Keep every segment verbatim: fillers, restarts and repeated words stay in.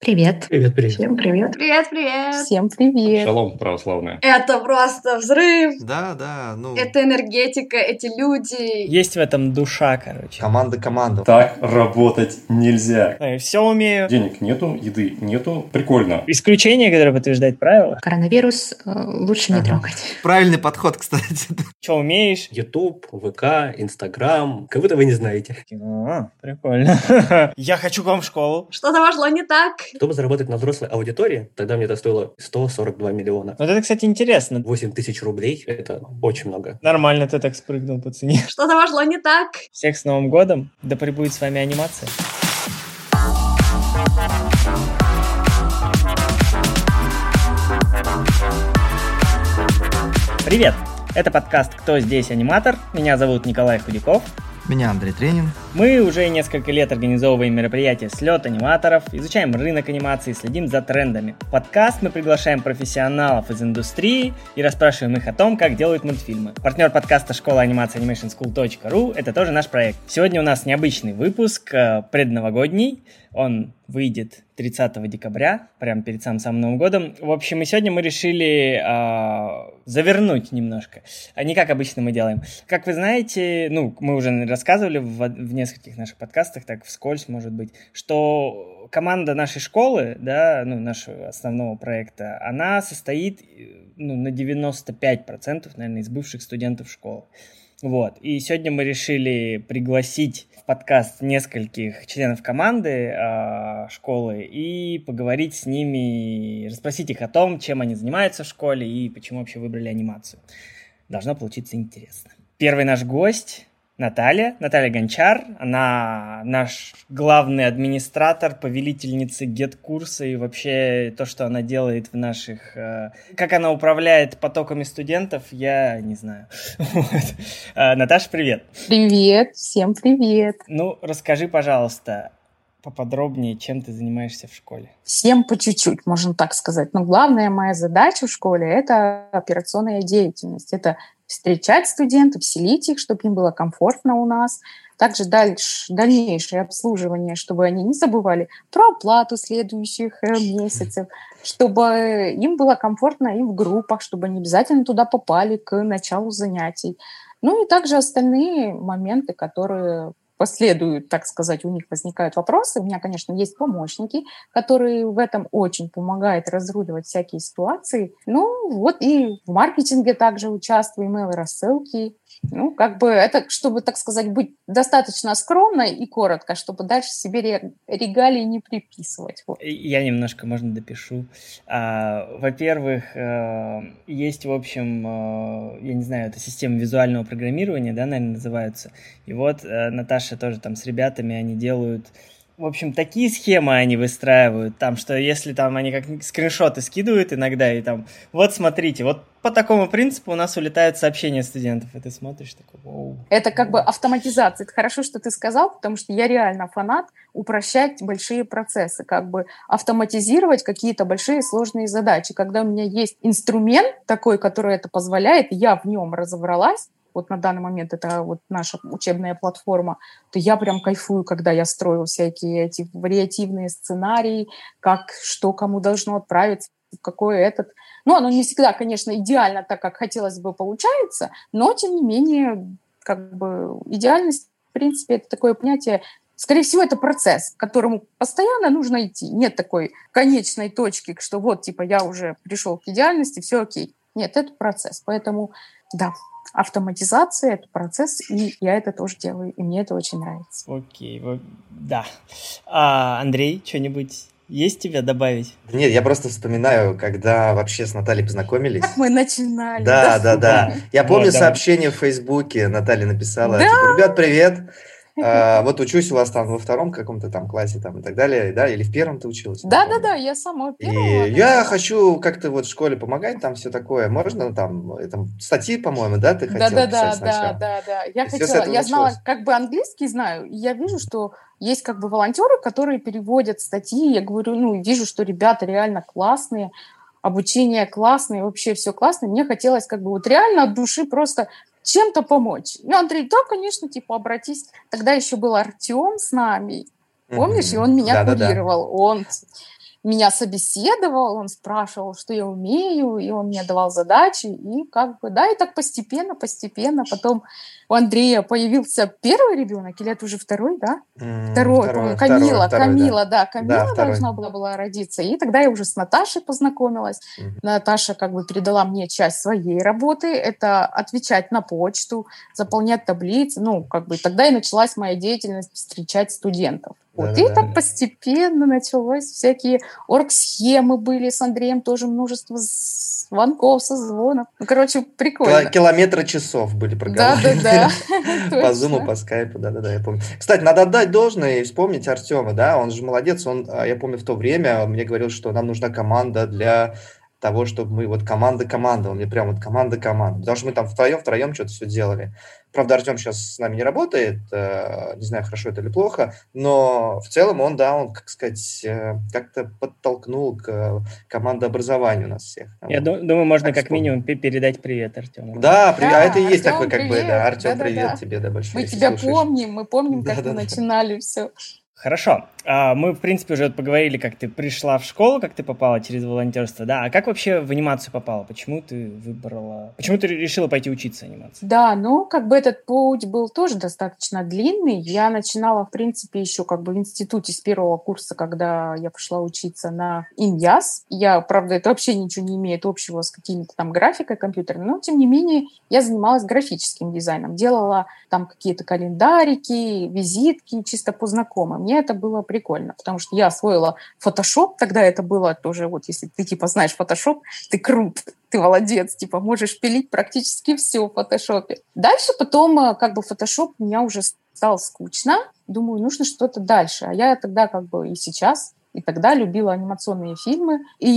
Привет. Привет, привет. Всем привет. Привет, привет. Всем привет. Шалом, православная. Это просто взрыв. Да, да, ну... Это энергетика, эти люди. Есть в этом душа, короче. Команда-команда. Так работать нельзя. Все умею. Денег нету, еды нету. Прикольно. Исключение, которое подтверждает правило. Коронавирус э, лучше не Ага. трогать. Правильный подход, кстати. Что умеешь? YouTube, ВК, Инстаграм. Как будто вы не знаете. А, прикольно. Я хочу к вам в школу. Что-то пошло не так. Чтобы заработать на взрослой аудитории, тогда мне это стоило сто сорок два миллиона. Вот это, кстати, интересно. восемь тысяч рублей – это очень много. Нормально ты так спрыгнул по цене. Что-то пошло не так. Всех с Новым годом. Да пребудет с вами анимация. Привет! Это подкаст «Кто здесь аниматор?». Меня зовут Николай Худяков. Меня Андрей Тренин. Мы уже несколько лет организовываем мероприятия «Слет аниматоров», изучаем рынок анимации, следим за трендами. В подкаст мы приглашаем профессионалов из индустрии и расспрашиваем их о том, как делают мультфильмы. Партнер подкаста «Школа анимации анимейшн скул точка ру» — это тоже наш проект. Сегодня у нас необычный выпуск, предновогодний. Он выйдет тридцатого декабря, прямо перед самым-самым Новым годом. В общем, и сегодня мы решили э, завернуть немножко. А не как обычно мы делаем. Как вы знаете, ну, мы уже рассказывали в, в нескольких наших подкастах, так вскользь, может быть, что команда нашей школы, да, ну, нашего основного проекта, она состоит, ну, на девяносто пять процентов, наверное, из бывших студентов школы. Вот. И сегодня мы решили пригласить в подкаст нескольких членов команды э, школы и поговорить с ними, расспросить их о том, чем они занимаются в школе и почему вообще выбрали анимацию. Должно получиться интересно. Первый наш гость Наталья, Наталья Гончар. Она наш главный администратор, повелительница гет-курса и вообще то, что она делает в наших... Э, как она управляет потоками студентов, я не знаю. Вот. Э, Наташа, привет. Привет, всем привет. Ну, расскажи, пожалуйста, поподробнее, чем ты занимаешься в школе. Всем по чуть-чуть, можно так сказать. Но главная моя задача в школе – это операционная деятельность. Это встречать студентов, селить их, чтобы им было комфортно у нас. Также дальше, дальнейшее обслуживание, чтобы они не забывали про оплату следующих месяцев, чтобы им было комфортно и в группах, чтобы они обязательно туда попали к началу занятий. Ну и также остальные моменты, которые последуют, так сказать, у них возникают вопросы. У меня, конечно, есть помощники, которые в этом очень помогают разруливать всякие ситуации. Ну, вот и в маркетинге также участвую, email-рассылки. Ну, как бы это, чтобы, так сказать, быть достаточно скромной и коротко, чтобы дальше себе регалии не приписывать. Вот. Я немножко, можно, допишу. А, во-первых, э, есть, в общем, э, я не знаю, это система визуального программирования, да, наверное, называются. И вот э, Наташа тоже там с ребятами, они делают... В общем, такие схемы они выстраивают, там, что если там они как скриншоты скидывают иногда, и там, вот смотрите, вот по такому принципу у нас улетают сообщения студентов, и ты смотришь, такой, вау. Это как бы автоматизация. Это хорошо, что ты сказал, потому что я реально фанат упрощать большие процессы, как бы автоматизировать какие-то большие сложные задачи. Когда у меня есть инструмент такой, который это позволяет, я в нем разобралась, вот на данный момент это вот наша учебная платформа, то я прям кайфую, когда я строю всякие эти вариативные сценарии, как, что кому должно отправиться, какой этот. Ну, оно не всегда, конечно, идеально так, как хотелось бы, получается, но, тем не менее, как бы идеальность, в принципе, это такое понятие. Скорее всего, это процесс, к которому постоянно нужно идти. Нет такой конечной точки, что вот, типа, я уже пришел к идеальности, все окей. Нет, это процесс. Поэтому, да, автоматизация — это процесс, и я это тоже делаю, и мне это очень нравится. Окей, да. А, Андрей, что-нибудь есть тебе добавить? Нет, я просто вспоминаю, когда вообще с Натальей познакомились. Как мы начинали. Да, да, да. Я помню Вот, сообщение в Фейсбуке, Наталья написала, Да. типа, ребят, привет. А, вот учусь у вас там во втором каком-то там классе там и так далее, да, или в первом ты училась? Да, да, да, я сама первая. И я хочу как-то вот в школе помогать, там все такое. Можно там, там статьи, по-моему, да, ты хотела Да, да, писать да, сначала? да, да, да. Я И всё с хотела, этого я знала, началось. как бы английский знаю, и я вижу, что есть как бы волонтеры, которые переводят статьи. Я говорю, ну, вижу, что ребята реально классные, обучение классное, вообще все классно. Мне хотелось как бы вот реально от души просто чем-то помочь. Ну, Андрей, да, конечно, типа, обратись. Тогда еще был Артем с нами, помнишь? И он меня Да-да-да. курировал. Он меня собеседовал, он спрашивал, что я умею, и он мне давал задачи, и как бы, да, и так постепенно, постепенно. Потом у Андрея появился первый ребенок, или это уже второй, да? М, Второй, Второй, по-моему, второй, Камила, второй, да. Камила, да, Да, Камила второй. должна была, была родиться. И тогда я уже с Наташей познакомилась. Мгм. Наташа как бы передала мне часть своей работы, это отвечать на почту, заполнять таблицы, ну, как бы тогда и началась моя деятельность встречать студентов. Вот. И Да-да-да. так постепенно началось, всякие оргсхемы были с Андреем, тоже множество звонков, созвонов. Ну, короче, Кило- прикольно. Километры часов были проговорены Да-да-да, по Зуму, точно. по Скайпу, да-да-да, я помню. Кстати, надо отдать должное и вспомнить Артема, да, он же молодец, он, а, я помню, в то время мне говорил, что нам нужна команда для того, чтобы мы вот команда-команда, он мне прям вот команда-команда, потому что мы там втроем-втроем что-то все делали. Правда, Артем сейчас с нами не работает, э, не знаю, хорошо это или плохо, но в целом он, да, он, как сказать, э, как-то подтолкнул к э, командообразованию нас всех. Я Вот. ду- думаю, можно Так как вспомнил. минимум пе- передать привет Артему. Да, при- а это и Да, есть такой, Артем, как бы, да, привет. Артем, привет Да-да-да. тебе, да, большое, Мы если тебя слушаешь. помним, мы помним, как мы Да-да-да. начинали все. Хорошо. А, Мы, в принципе, уже вот поговорили, как ты пришла в школу, как ты попала через волонтерство, да? А как вообще в анимацию попала? Почему ты выбрала... Почему ты решила пойти учиться анимации? Да, ну, как бы этот путь был тоже достаточно длинный. Я начинала, в принципе, еще как бы в институте с первого курса, когда я пошла учиться на Иньяс. Я, правда, это вообще ничего не имеет общего с какими-то там графикой компьютерной, но, тем не менее, я занималась графическим дизайном. Делала там какие-то календарики, визитки чисто по знакомым. Мне это было прикольно, потому что я освоила Photoshop, тогда это было тоже, вот если ты типа знаешь Photoshop, ты крут, ты молодец, типа можешь пилить практически все в фотошопе. Дальше потом э, как бы Photoshop у меня уже стал скучно, думаю, нужно что-то дальше. А я тогда как бы и сейчас, и тогда любила анимационные фильмы.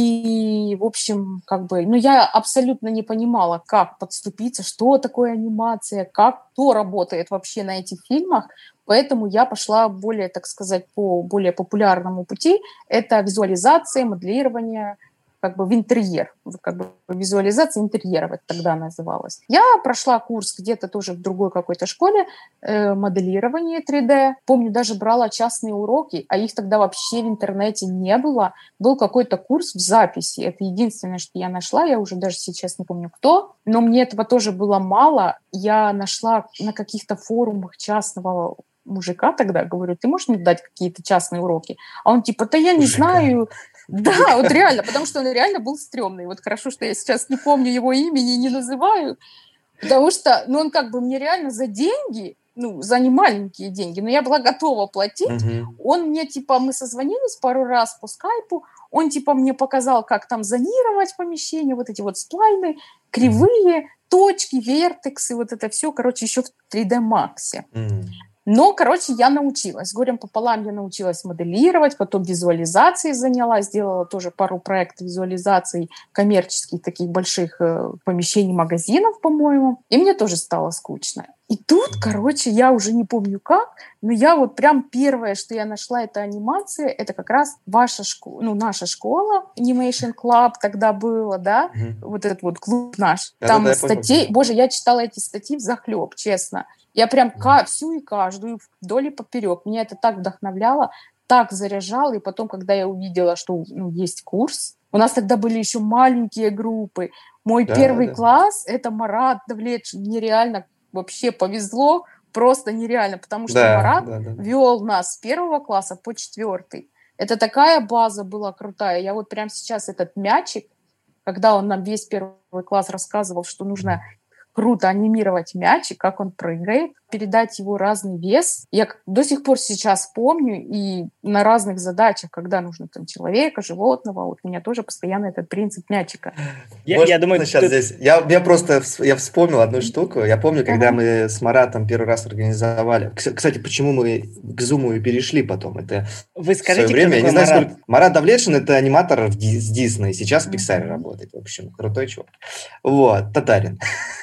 И, в общем, как бы, ну, я абсолютно не понимала, как подступиться, что такое анимация, как кто работает вообще на этих фильмах. Поэтому я пошла более, так сказать, по более популярному пути. Это визуализация, моделирование, как бы в интерьер, как бы визуализация интерьера это тогда называлось. Я прошла курс где-то тоже в другой какой-то школе, э, моделирование три дэ. Помню, даже брала частные уроки, а их тогда вообще в интернете не было. Был какой-то курс в записи. Это единственное, что я нашла. Я уже даже сейчас не помню кто. Но мне этого тоже было мало. Я нашла на каких-то форумах частного мужика тогда, говорю, ты можешь мне дать какие-то частные уроки? А он типа, да я не Мужика. знаю. Да, вот реально, потому что он реально был стрёмный. Вот хорошо, что я сейчас не помню его имени и не называю, потому что, ну, он как бы мне реально за деньги, ну, за не маленькие деньги, но я была готова платить. Мгм. Он мне, типа, мы созвонились пару раз по скайпу, он, типа, мне показал, как там зонировать помещение, вот эти вот сплайны, кривые, точки, вертексы, вот это все, короче, еще в три дэ Max. М. Но, короче, я научилась. С горем пополам я научилась моделировать, потом визуализацией занялась, сделала тоже пару проектов визуализаций коммерческих таких больших э, помещений, магазинов, по-моему. И мне тоже стало скучно. И тут, короче, я уже не помню как, но я вот прям первое, что я нашла, это анимация, это как раз ваша школа, ну, наша школа, Animation Club тогда было, да, Мгм. вот этот вот клуб наш. Да-да-да, Там я помню. статей, боже, я читала эти статьи взахлеб, честно. Я прям ка- всю и каждую вдоль и поперек. Меня это так вдохновляло, так заряжало. И потом, когда я увидела, что ну, есть курс, у нас тогда были еще маленькие группы. Мой Да, первый да. класс — это Марат Давлетшин. Мне реально вообще повезло, просто нереально, потому что Да, Марат да, да. вел нас с первого класса по четвертый. Это такая база была крутая. Я вот прямо сейчас этот мячик, когда он нам весь первый класс рассказывал, что нужно круто анимировать мячик, как он прыгает, передать его разный вес. Я до сих пор сейчас помню, и на разных задачах, когда нужно там человека, животного, вот у меня тоже постоянно этот принцип мячика. Я, Может, я думаю, сейчас тут- здесь. Я, я просто вс- я вспомнил одну штуку. Я помню, когда Ага. мы с Маратом первый раз организовали. Кс- Кстати, почему мы к Зуму и перешли потом? Это вы в свое скажите, кто время. Я такой не знаю, Марат? сколько. Марат Давлетшин это аниматор в Ди- с Дисней. Сейчас в Pixar Мгм. работает. В общем, крутой чувак. Вот, татарин.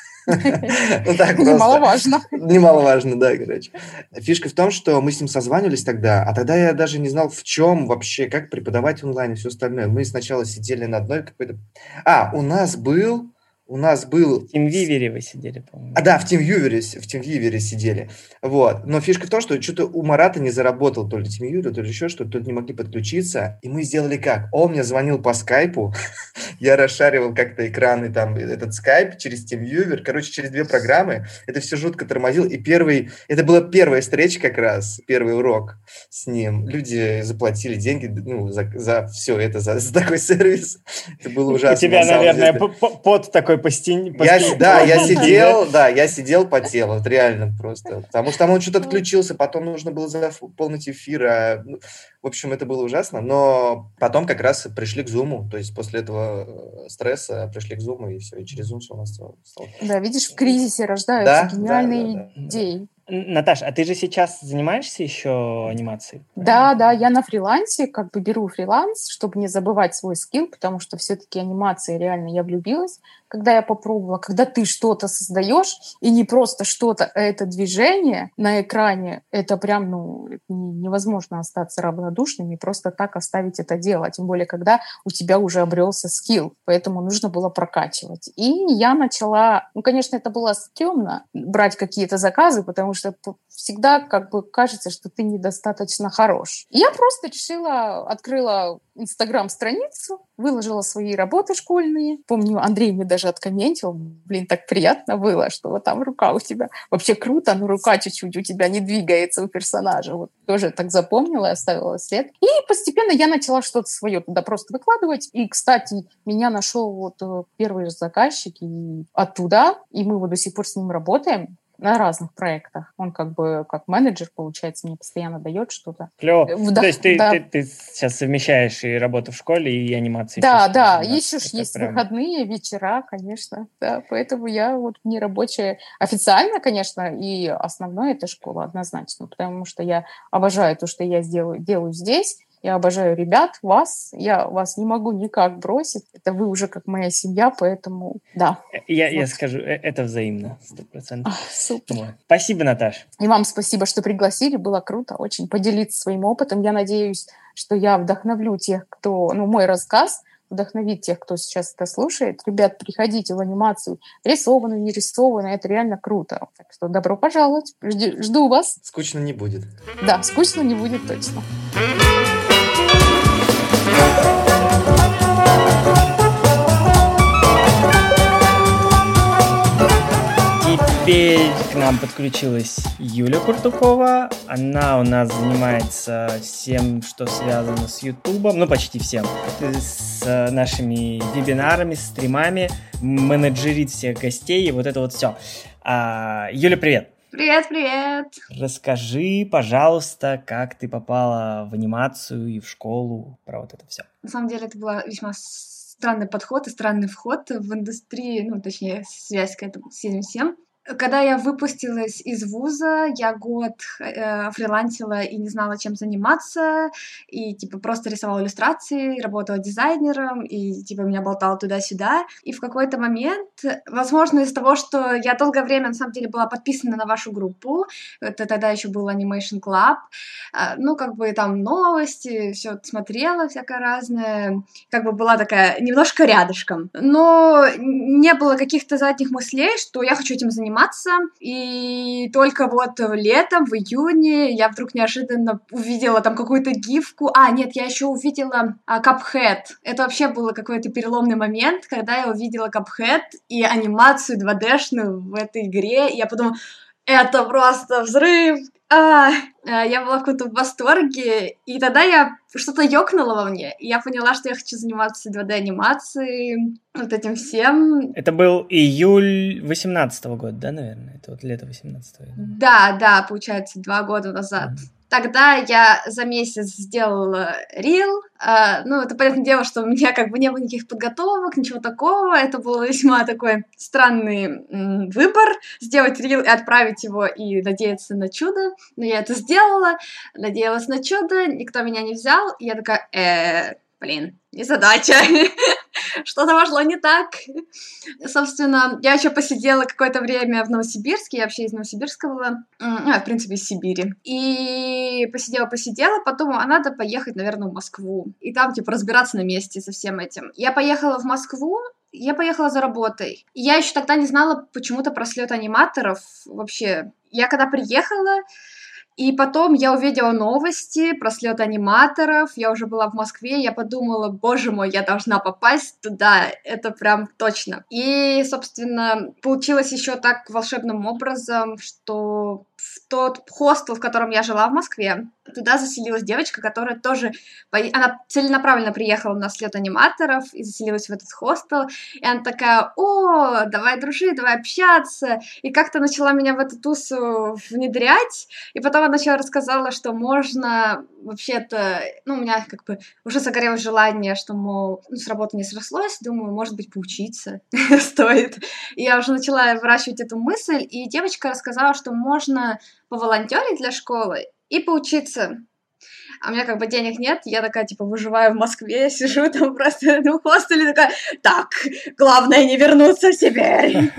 Ну так просто. Немаловажно. Немаловажно, да, короче. Фишка в том, что мы с ним созванивались тогда, а тогда я даже не знал, в чем вообще, как преподавать онлайн и все остальное. Мы сначала сидели на одной какой-то... А, у нас был, у нас был... В TeamViewer вы сидели, по-моему. А, да, в TeamViewer, в TeamViewer сидели. Вот. Но фишка в том, что что-то у Марата не заработал то ли TeamViewer, то ли еще что-то, то ли не могли подключиться. И мы сделали как? Он мне звонил по скайпу, я расшаривал как-то экраны, там, этот скайп через TeamViewer, короче, через две программы. Это все жутко тормозил. И первый... Это была первая встреча как раз, первый урок с ним. Люди заплатили деньги, ну, за, за все это, за, за такой сервис. Это было ужасно. У тебя, наверное, пот такой по стене. Я, да, я сидел, да, я сидел, потел, вот реально просто. Потому что там он что-то отключился, потом нужно было заполнить эфир. А, в общем, это было ужасно. Но потом как раз пришли к Zoom. То есть после этого стресса пришли к Zoom, и все, и через Zoom все у нас стало. Да, видишь, в кризисе рождаются да, гениальные да, да, идеи. Да. Наташ, а ты же сейчас занимаешься еще анимацией? Да, да, я на фрилансе, как бы беру фриланс, чтобы не забывать свой скилл, потому что все-таки анимация реально я влюбилась, когда я попробовала. Когда ты что-то создаешь, и не просто что-то, а это движение на экране, это прям, ну, невозможно остаться равнодушным и просто так оставить это дело, тем более, когда у тебя уже обрелся скилл, поэтому нужно было прокачивать. И я начала, ну, конечно, это было стрёмно, брать какие-то заказы, потому что всегда как бы кажется, что ты недостаточно хорош. И я просто решила, открыла Инстаграм-страницу, выложила свои работы школьные. Помню, Андрей мне даже откомментил, блин, так приятно было, что вот там рука у тебя. Вообще круто, но рука чуть-чуть у тебя не двигается у персонажа. Вот тоже так запомнила и оставила след. И постепенно я начала что-то свое туда просто выкладывать. И, кстати, меня нашел вот первый заказчик и оттуда, и мы вот до сих пор с ним работаем на разных проектах. Он как бы как менеджер, получается, мне постоянно дает что-то. Клево. Вдох... То есть ты, да. ты, ты сейчас совмещаешь и работу в школе, и анимацию? Да, да. да. Еще ж есть прям... выходные, вечера, конечно. Да, поэтому я вот не рабочая официально, конечно, и основное это школа однозначно, потому что я обожаю то, что я сделаю, делаю здесь. Я обожаю ребят, вас. Я вас не могу никак бросить. Это вы уже как моя семья, поэтому да. Я, вот. я скажу, это взаимно, сто процентов. Супер. Вот. Спасибо, Наташ. И вам спасибо, что пригласили. Было круто очень поделиться своим опытом. Я надеюсь, что я вдохновлю тех, кто... Ну, мой рассказ вдохновит тех, кто сейчас это слушает. Ребят, приходите в анимацию. Рисованную, не рисованную. Это реально круто. Так что добро пожаловать. Жду, жду вас. Скучно не будет. Да, скучно не будет точно. Теперь к нам подключилась Юля Куртукова. Она у нас занимается всем, что связано с Ютубом, ну почти всем, с нашими вебинарами, с стримами, менеджерит всех гостей и вот это вот все. А, Юля, привет! Привет, привет! Расскажи, пожалуйста, как ты попала в анимацию и в школу, про вот это все. На самом деле это был весьма странный подход и странный вход в индустрию, ну, точнее, связь к этому, с этим всем. Когда я выпустилась из вуза, я год э, фрилансила и не знала, чем заниматься, и, типа, просто рисовала иллюстрации, работала дизайнером, и, типа, меня болтало туда-сюда. И в какой-то момент, возможно, из-за того, что я долгое время, на самом деле, была подписана на вашу группу, это тогда еще был Animation Club, э, ну, как бы, там, новости, все смотрела, всякое разное, как бы была такая немножко рядышком. Но не было каких-то задних мыслей, что я хочу этим заниматься, и только вот летом, в июне, я вдруг неожиданно увидела там какую-то гифку. А, нет, я еще увидела а, Cuphead. Это вообще был какой-то переломный момент, когда я увидела Cuphead и анимацию два дэ-шную в этой игре, и я подумала, это просто взрыв! А, я была в каком-то восторге, и тогда я что-то ёкнуло во мне, и я поняла, что я хочу заниматься два дэ-анимацией, вот этим всем. Это был июль восемнадцатого года, да, наверное? Это вот лето восемнадцатого. Да, да, получается, два года назад. Mm-hmm. Тогда я за месяц сделала рил. Uh, ну, это, понятное дело, что у меня как бы не было никаких подготовок, ничего такого. Это был весьма такой странный м, выбор. Сделать рил и отправить его и надеяться на чудо. Но я это сделала, надеялась на чудо, никто меня не взял. И я такая, э, блин, незадача. Что-то пошло не так. Собственно, я еще посидела какое-то время в Новосибирске, я вообще из Новосибирска была, а, в принципе, из Сибири. И посидела-посидела, потом, а надо поехать, наверное, в Москву. И там, типа, разбираться на месте со всем этим. Я поехала в Москву, Я поехала за работой. Я еще тогда не знала почему-то про слет аниматоров вообще. Я когда приехала, и потом я увидела новости про слет аниматоров, я уже была в Москве, я подумала, боже мой, я должна попасть туда, это прям точно. И, собственно, получилось еще так волшебным образом, что в тот хостел, в котором я жила в Москве, туда заселилась девочка, которая тоже... Она целенаправленно приехала на слет аниматоров и заселилась в этот хостел, и она такая, о, давай дружить, давай общаться, и как-то начала меня в эту тусу внедрять, и потом она еще рассказала, что можно вообще-то... Ну, у меня как бы уже загорелось желание, что, мол, ну, с работы не срослось, думаю, может быть, поучиться стоит. И я уже начала выращивать эту мысль, и девочка рассказала, что можно поволонтерить для школы и поучиться. А у меня как бы денег нет, я такая, типа, выживаю в Москве, сижу там просто в хостеле, такая, так, главное не вернуться в Сибирь.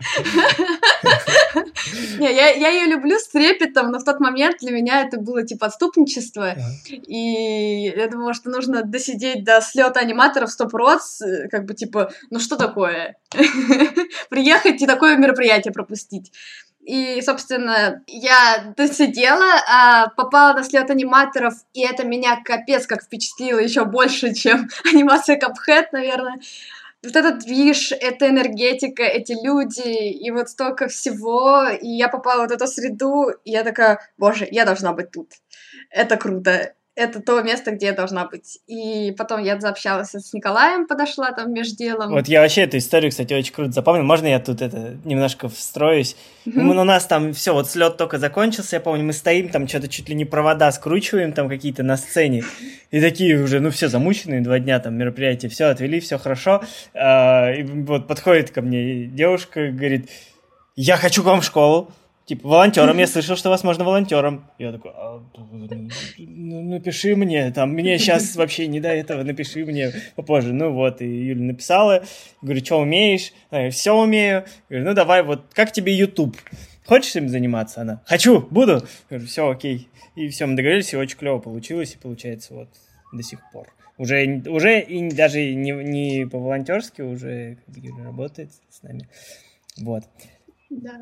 Не, я, я ее люблю с трепетом, но в тот момент для меня это было типа отступничество, и я думала, что нужно досидеть до слета аниматоров сто процентов, как бы типа, ну что такое? Приехать и такое мероприятие пропустить. И, собственно, я досидела, а попала на слет аниматоров, и это меня капец как впечатлило еще больше, чем анимация Cuphead, наверное. Вот этот движ, эта энергетика, эти люди, и вот столько всего, и я попала в вот эту среду, и я такая, боже, я должна быть тут. Это круто. Это то место, где я должна быть. И потом я заобщалась с Николаем, подошла там между делом. Вот я вообще эту историю, кстати, очень круто запомнил. Можно я тут это немножко встроюсь? Mm-hmm. Мы, у нас там все, вот слет только закончился, я помню, мы стоим там, что-то чуть ли не провода скручиваем там какие-то на сцене. И такие уже, ну все, замученные, два дня там мероприятия, все отвели, все хорошо. А, и вот подходит ко мне девушка, говорит, я хочу к вам в школу. Типа, волонтером, я слышал, что вас можно волонтером. Я такой, а, ну, напиши мне, там, мне сейчас вообще не до этого, напиши мне попозже. Ну вот, и Юля написала, говорю, что умеешь? Я все умею. Говорю, ну давай, вот, как тебе YouTube? Хочешь им заниматься? Она, хочу, буду. Говорю, все, окей. И все, мы договорились, и очень клево получилось, и получается вот до сих пор. Уже, уже и даже не, не по-волонтерски, уже Юля работает с нами. Вот. Да.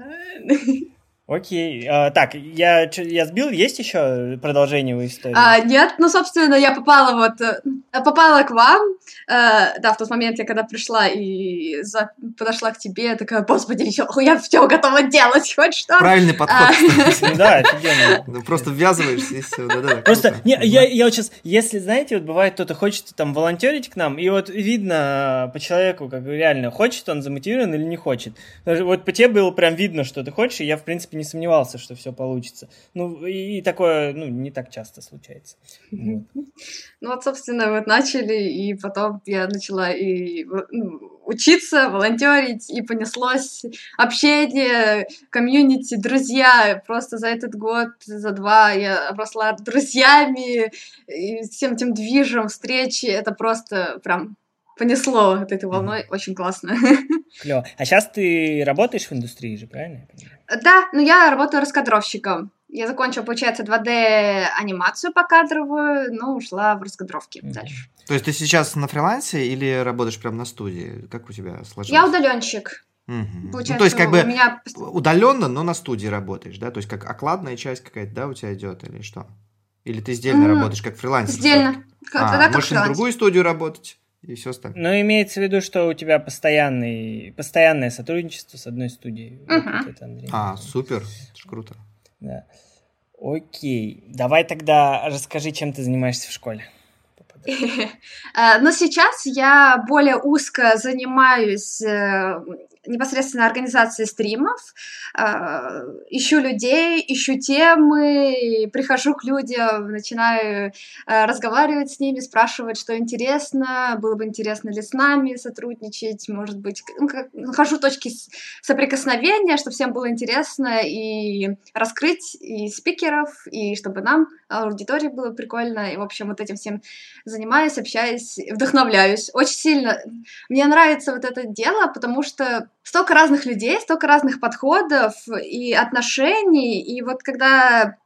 Окей. А, так, я, я сбил, есть еще продолжение в истории? А, нет, ну, собственно, я попала вот, попала к вам, а, да, в тот момент, я когда пришла и за, подошла к тебе, такая, господи, еще, я все готова делать, хоть что. Правильный подход, кстати. Да, офигенно. Просто ввязываешься и все, да-да. Просто, не, я, я вот сейчас, если, знаете, вот бывает, кто-то хочет там волонтерить к нам, и вот видно по человеку, как реально, хочет он замотивирован или не хочет. Вот по тебе было прям видно, что ты хочешь, и я, в принципе, не сомневался, что все получится. Ну, и такое, ну, не так часто случается. Вот. Ну, вот, собственно, вот начали, и потом я начала и ну, учиться, волонтерить, и понеслось общение, комьюнити, друзья. Просто за этот год, за два я обросла друзьями, и всем этим движем, встречи. Это просто прям понесло вот этой волной. Очень классно. Клево. А сейчас ты работаешь в индустрии же, правильно? Да, но я работаю раскадровщиком. Я закончила, получается, два дэ-анимацию покадровую, но ушла в раскадровки mm-hmm. дальше. То есть ты сейчас на фрилансе или работаешь прямо на студии? Как у тебя сложилось? Я удаленщик. Mm-hmm. Получается, ну, то есть как бы меня... удаленно, но на студии работаешь, да? То есть как окладная часть какая-то, да, у тебя идет или что? Или ты сдельно mm-hmm. работаешь как фрилансер? Сдельно. А, да, можешь на другую студию работать? И все остальное. Ну, имеется в виду, что у тебя постоянный, постоянное сотрудничество с одной студией. Uh-huh. Вот Андрей. А, супер, это ж круто. Да. Окей. Давай тогда расскажи, чем ты занимаешься в школе. Но сейчас я более узко занимаюсь непосредственно организацией стримов, ищу людей, ищу темы, прихожу к людям, начинаю разговаривать с ними, спрашивать, что интересно, было бы интересно ли с нами сотрудничать, может быть, нахожу точки соприкосновения, чтобы всем было интересно, и раскрыть и спикеров, и чтобы нам, аудитории, было прикольно, и, в общем, вот этим всем занимаюсь, общаюсь, вдохновляюсь. Очень сильно мне нравится вот это дело, потому что столько разных людей, столько разных подходов и отношений, и вот когда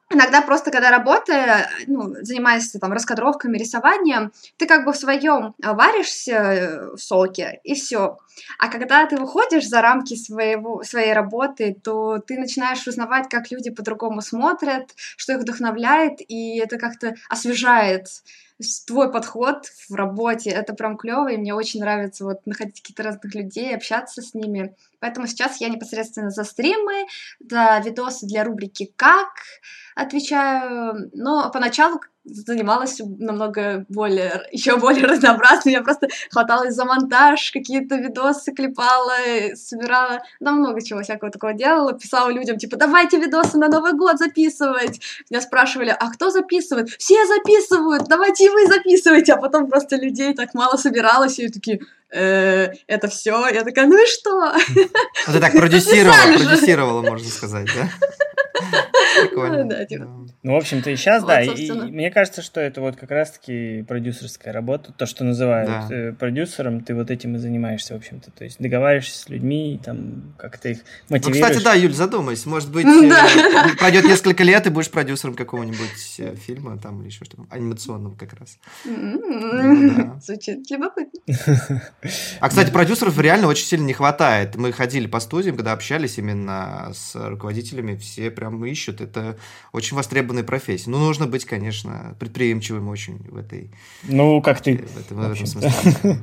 иногда просто, когда работая, ну, занимаешься там раскадровками, рисованием, ты как бы в своем варишься в соке, и все. А когда ты выходишь за рамки своего, своей работы, то ты начинаешь узнавать, как люди по-другому смотрят, что их вдохновляет, и это как-то освежает твой подход в работе. Это прям клево, и мне очень нравится вот находить каких-то разных людей, общаться с ними. Поэтому сейчас я непосредственно за стримы, за видосы для рубрики «Как» отвечаю, но поначалу занималась намного более, еще более разнообразно, я просто хваталась за монтаж, какие-то видосы клепала, собирала, да, много чего всякого такого делала, писала людям, типа, давайте видосы на Новый год записывать, меня спрашивали, а кто записывает? Все записывают, давайте и вы записывайте, а потом просто людей так мало собиралось, и такие, э, это все, я такая, ну и что? Ну ты так продюсировала, продюсировала, можно сказать, да? Прикольно. Да, типа. Ну, в общем-то, и сейчас, Вот, да, и, собственно. и мне кажется, что это вот как раз-таки продюсерская работа, то, что называют Да. э, продюсером, ты вот этим и занимаешься, в общем-то, то есть договариваешься с людьми, там, как-то их Ну, мотивируешь. кстати, да, Юль, задумайся, может быть, Да. э, пройдет несколько лет, и будешь продюсером какого-нибудь э, фильма, там, или еще что-то, анимационного как раз. Ну, да. Звучит любопытно. А, кстати, продюсеров реально очень сильно не хватает. Мы ходили по студиям, когда общались именно с руководителями, все прям ищут. Это очень востребованная профессия. Ну, нужно быть, конечно, предприимчивым очень в этой... Ну, как ты. В этом, в этом общем-то. смысле.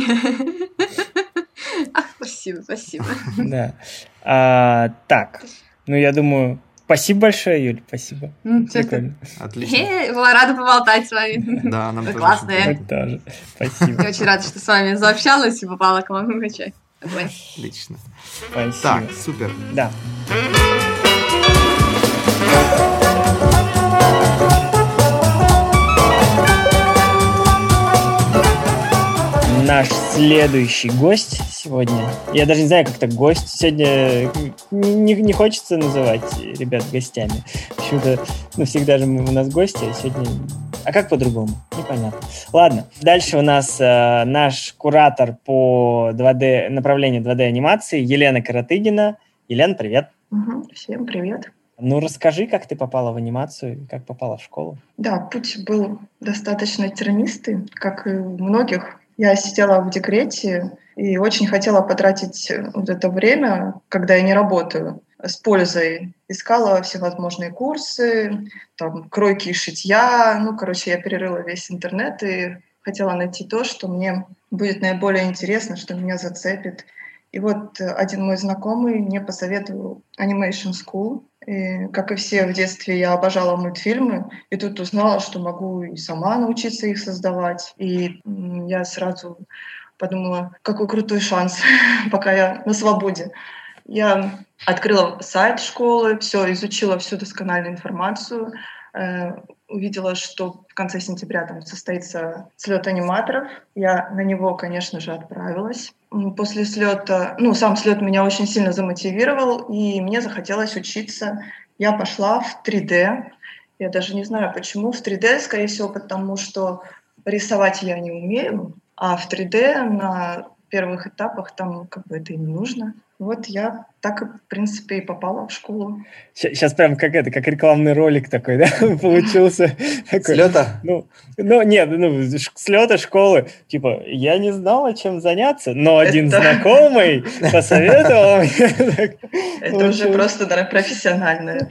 Ах, спасибо, спасибо. Да. А, так, ну, я думаю, спасибо большое, Юль, спасибо. М, всё Прикольно. Отлично. Э, Была рада поболтать с вами. Да, нам Вы тоже классные. очень Вот приятно. тоже. Спасибо. Я очень рада, что с вами заобщалась и попала к вам в чай. Ой. Отлично. Спасибо. Так, супер. Да. Наш следующий гость сегодня, я даже не знаю, как так гость, сегодня не, не, не хочется называть ребят гостями. Почему-то, ну, всегда же мы, у нас гости, а сегодня... А как по-другому? Непонятно. Ладно, дальше у нас э, наш куратор по два дэ, направлению два дэ-анимации Елена Каратыгина. Елена, привет. Мгм. Всем привет. Ну, расскажи, как ты попала в анимацию, как попала в школу. Да, путь был достаточно тернистый, как и у многих. Я сидела в декрете и очень хотела потратить вот это время, когда я не работаю, с пользой. Искала всевозможные курсы, там, кройки и шитья. Ну, короче, я перерыла весь интернет и хотела найти то, что мне будет наиболее интересно, что меня зацепит. И вот один мой знакомый мне посоветовал Animation School. И, как и все в детстве, я обожала мультфильмы, и тут узнала, что могу и сама научиться их создавать. И м, я сразу подумала, какой крутой шанс, пока я на свободе. Я открыла сайт школы, все, изучила всю доскональную информацию, э, увидела, что в конце сентября там состоится слет аниматоров. Я на него, конечно же, отправилась. М, После слета, ну, сам слет меня очень сильно замотивировал, и мне захотелось учиться. Я пошла в три дэ. Я даже не знаю, почему в три дэ, скорее всего, потому что рисовать я не умею, а в три дэ на первых этапах там как бы это и не нужно. Вот я так, и, в принципе, и попала в школу. Сейчас прям как это, как рекламный ролик такой, да, получился. Такой. Слета? Ну, ну, нет, ну, ш- слета школы, типа, я не знала, чем заняться, но один Это- знакомый посоветовал мне. Так, Это уже получилось. просто, наверное, профессиональное.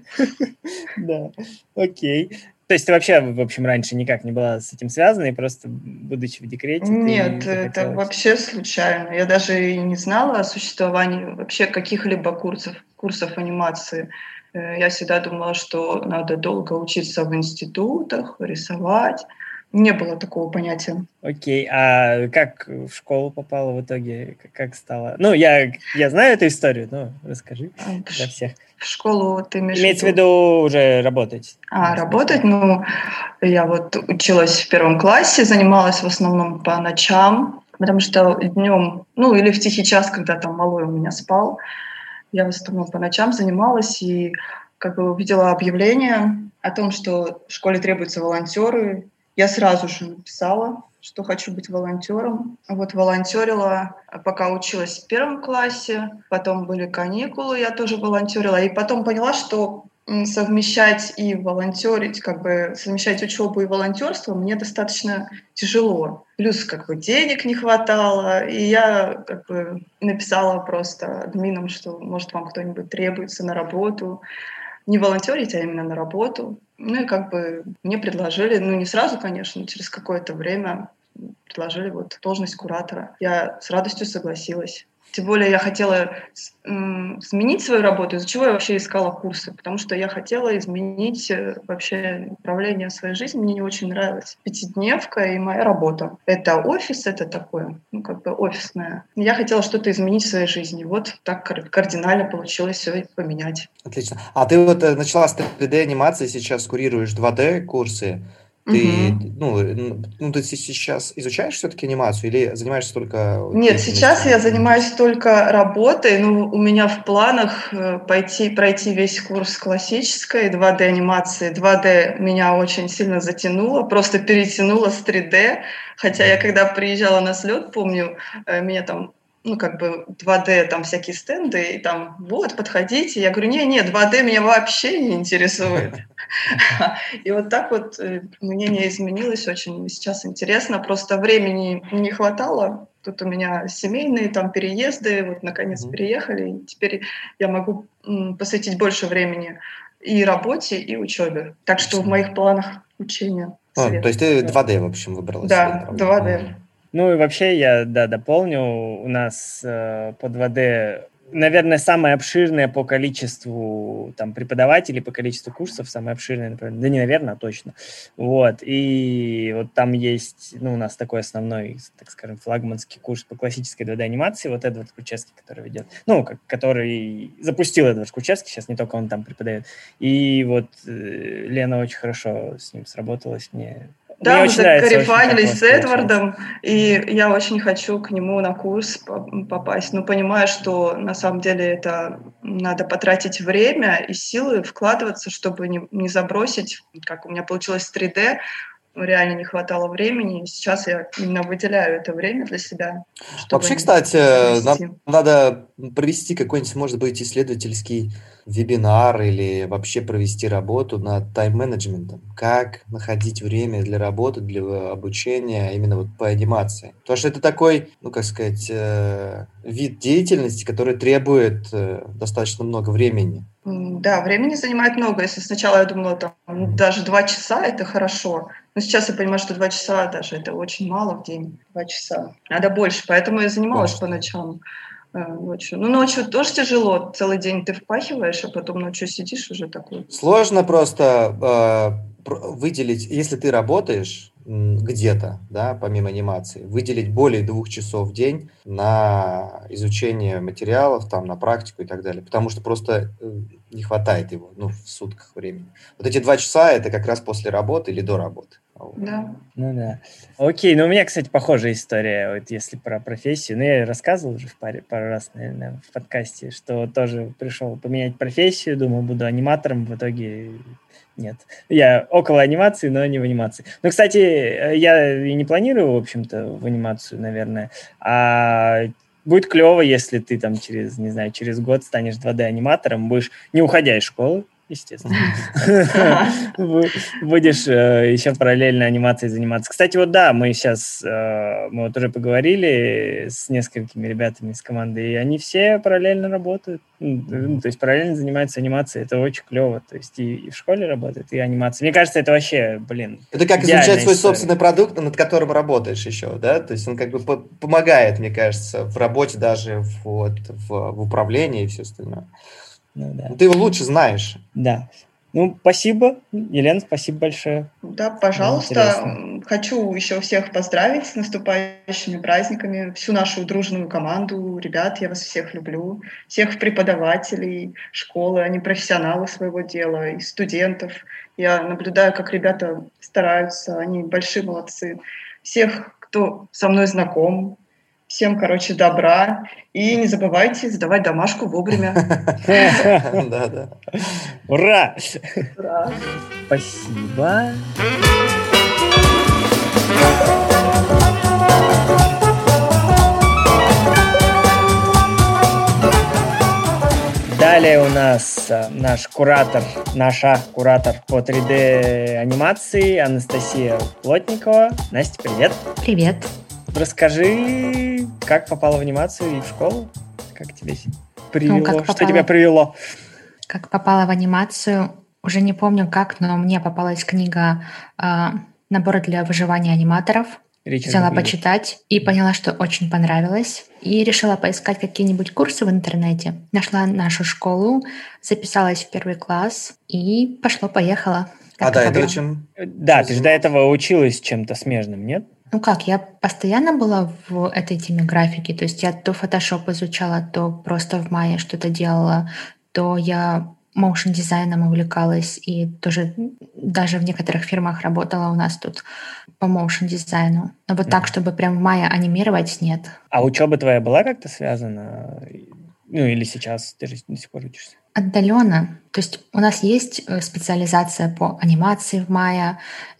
Да, окей. То есть ты вообще, в общем, раньше никак не была с этим связана, и просто, будучи в декрете, ты Нет, это захотела- вообще случайно. Я даже и не знала о существовании вообще каких-либо курсов, курсов анимации. Э, Я всегда думала, что надо долго учиться в институтах, рисовать. Не было такого понятия. Окей, а как в школу попала в итоге? Как- Как стала? Ну, я, я знаю эту историю, но расскажи А, В для ш- всех. в школу ты имеешь Имеется в виду уже работать. А, работать, ну, я вот училась в первом классе, занималась в основном по ночам, потому что днем, ну, или в тихий час, когда там малой у меня спал, я в основном по ночам занималась и как бы увидела объявление о том, что в школе требуются волонтеры. Я сразу же написала, что хочу быть волонтером. Вот волонтерила, пока училась в первом классе, потом были каникулы, я тоже волонтерила, и потом поняла, что совмещать и волонтерить, как бы совмещать учебу и волонтерство мне достаточно тяжело. Плюс как бы денег не хватало, и я как бы написала просто админам, что может вам кто-нибудь требуется на работу. Не волонтерить, а именно на работу. Ну и как бы мне предложили, ну не сразу, конечно, через какое-то время предложили вот должность куратора. Я с радостью согласилась. Тем более я хотела м, сменить свою работу, из-за чего я вообще искала курсы, потому что я хотела изменить вообще управление своей жизнью. Мне не очень нравилась пятидневка и моя работа. Это офис, это такое, ну как бы офисное. Я хотела что-то изменить в своей жизни. Вот так кардинально получилось все поменять. Отлично. А ты вот начала с три дэ-анимации, сейчас курируешь два дэ-курсы. Ты, угу. ну, ну, ты сейчас изучаешь все-таки анимацию или занимаешься только... Нет, сейчас я занимаюсь только работой. Ну, у меня в планах пойти, пройти весь курс классической два дэ-анимации. два дэ меня очень сильно затянуло, просто перетянуло с три дэ. Хотя я когда приезжала на слет, помню, меня там... ну, как бы два дэ, там всякие стенды, и там, вот, подходите. Я говорю, не-не, два дэ меня вообще не интересует. И вот так вот мнение изменилось очень. Сейчас интересно, просто времени не хватало. Тут у меня семейные там переезды, вот, наконец, переехали. И теперь я могу посвятить больше времени и работе, и учебе. Так что в моих планах учение. А, то есть ты два дэ, в общем, выбрала? Да, два дэ. Ну и вообще я, да, дополню, у нас э, по два дэ, наверное, самое обширное по количеству там преподавателей, по количеству курсов, самое обширное, например, да не, наверное, а точно. Вот, и вот там есть, ну, у нас такой основной, так скажем, флагманский курс по классической два дэ-анимации, вот Эдвард Ключевский, который ведет, ну, как, который запустил Эдвард Ключевский, сейчас не только он там преподает. И вот э, Лена очень хорошо с ним сработалась, мне... Да, мы закарифанились с Эдвардом, и я очень хочу к нему на курс попасть. Но понимаю, что на самом деле это надо потратить время и силы, вкладываться, чтобы не, не забросить, как у меня получилось с три дэ, реально не хватало времени, и сейчас я именно выделяю это время для себя. Вообще, кстати, нам надо провести какой-нибудь, может быть, исследовательский вебинар или вообще провести работу над тайм-менеджментом. Как находить время для работы, для обучения именно вот по анимации. Потому что это такой, ну, как сказать, вид деятельности, который требует достаточно много времени. Да, времени занимает много. Если сначала я думала, там, даже два часа – это хорошо. Но сейчас я понимаю, что два часа даже это очень мало в день. Два часа. Надо больше. Поэтому я занималась Конечно. по ночам. Ночью. Ну, ночью тоже тяжело. Целый день ты впахиваешь, а потом ночью сидишь уже такой. Сложно просто э, выделить, если ты работаешь где-то, да, помимо анимации, выделить более двух часов в день на изучение материалов, там, на практику и так далее. Потому что просто не хватает его, ну, в сутках времени. Вот эти два часа – это как раз после работы или до работы. Да. Ну да. Окей, ну у меня, кстати, похожая история, вот если про профессию. Ну, я рассказывал уже в паре, пару раз, наверное, в подкасте, что тоже пришел поменять профессию, думал, буду аниматором, в итоге нет. Я около анимации, но не в анимации. Ну, кстати, я и не планирую, в общем-то, в анимацию, наверное, а будет клево, если ты там через, не знаю, через год станешь два дэ-аниматором, будешь, не уходя из школы, естественно. Будешь еще параллельно анимацией заниматься. Кстати, вот да, мы сейчас, мы вот уже поговорили с несколькими ребятами из команды, и они все параллельно работают, то есть параллельно занимаются анимацией. Это очень клево. То есть и в школе работают, и анимация. Мне кажется, это вообще, блин, это как изучать свой собственный продукт, над которым работаешь еще, да? То есть он как бы помогает, мне кажется, в работе даже, вот, в управлении и все остальное. Ну, да. Ты его лучше знаешь. Да. Ну, спасибо, Елена, спасибо большое. Да, пожалуйста. Хочу еще всех поздравить с наступающими праздниками, всю нашу дружную команду. Ребят, я вас всех люблю. Всех преподавателей школы, они профессионалы своего дела, и студентов. Я наблюдаю, как ребята стараются, они большие молодцы. Всех, кто со мной знаком, всем, короче, добра. И не забывайте сдавать домашку вовремя. Да, да. Ура! Ура! Спасибо. Далее у нас э, наш куратор, наша куратор по три дэ-анимации Анастасия Плотникова. Настя, привет. Привет. Расскажи, как попала в анимацию и в школу? Как тебе привело? Ну, как Что попала... тебя привело? Как попала в анимацию, уже не помню как, но мне попалась книга э, «Набор для выживания аниматоров». Ричард Взяла Уиллер. почитать и поняла, что очень понравилось. И решила поискать какие-нибудь курсы в интернете. Нашла нашу школу, записалась в первый класс и пошло-поехало. А до этого чем? Да, ты же до этого училась чем-то смежным, нет? Ну как, я постоянно была в этой теме графики, то есть я то Photoshop изучала, то просто в Maya что-то делала, то я моушн дизайном увлекалась и тоже даже в некоторых фирмах работала у нас тут по моушн дизайну. Но вот mm. так, чтобы прям в Maya анимировать, нет. А учеба твоя была как-то связана? Ну или сейчас ты же до сих пор учишься? Отдаленно. То есть у нас есть специализация по анимации в Maya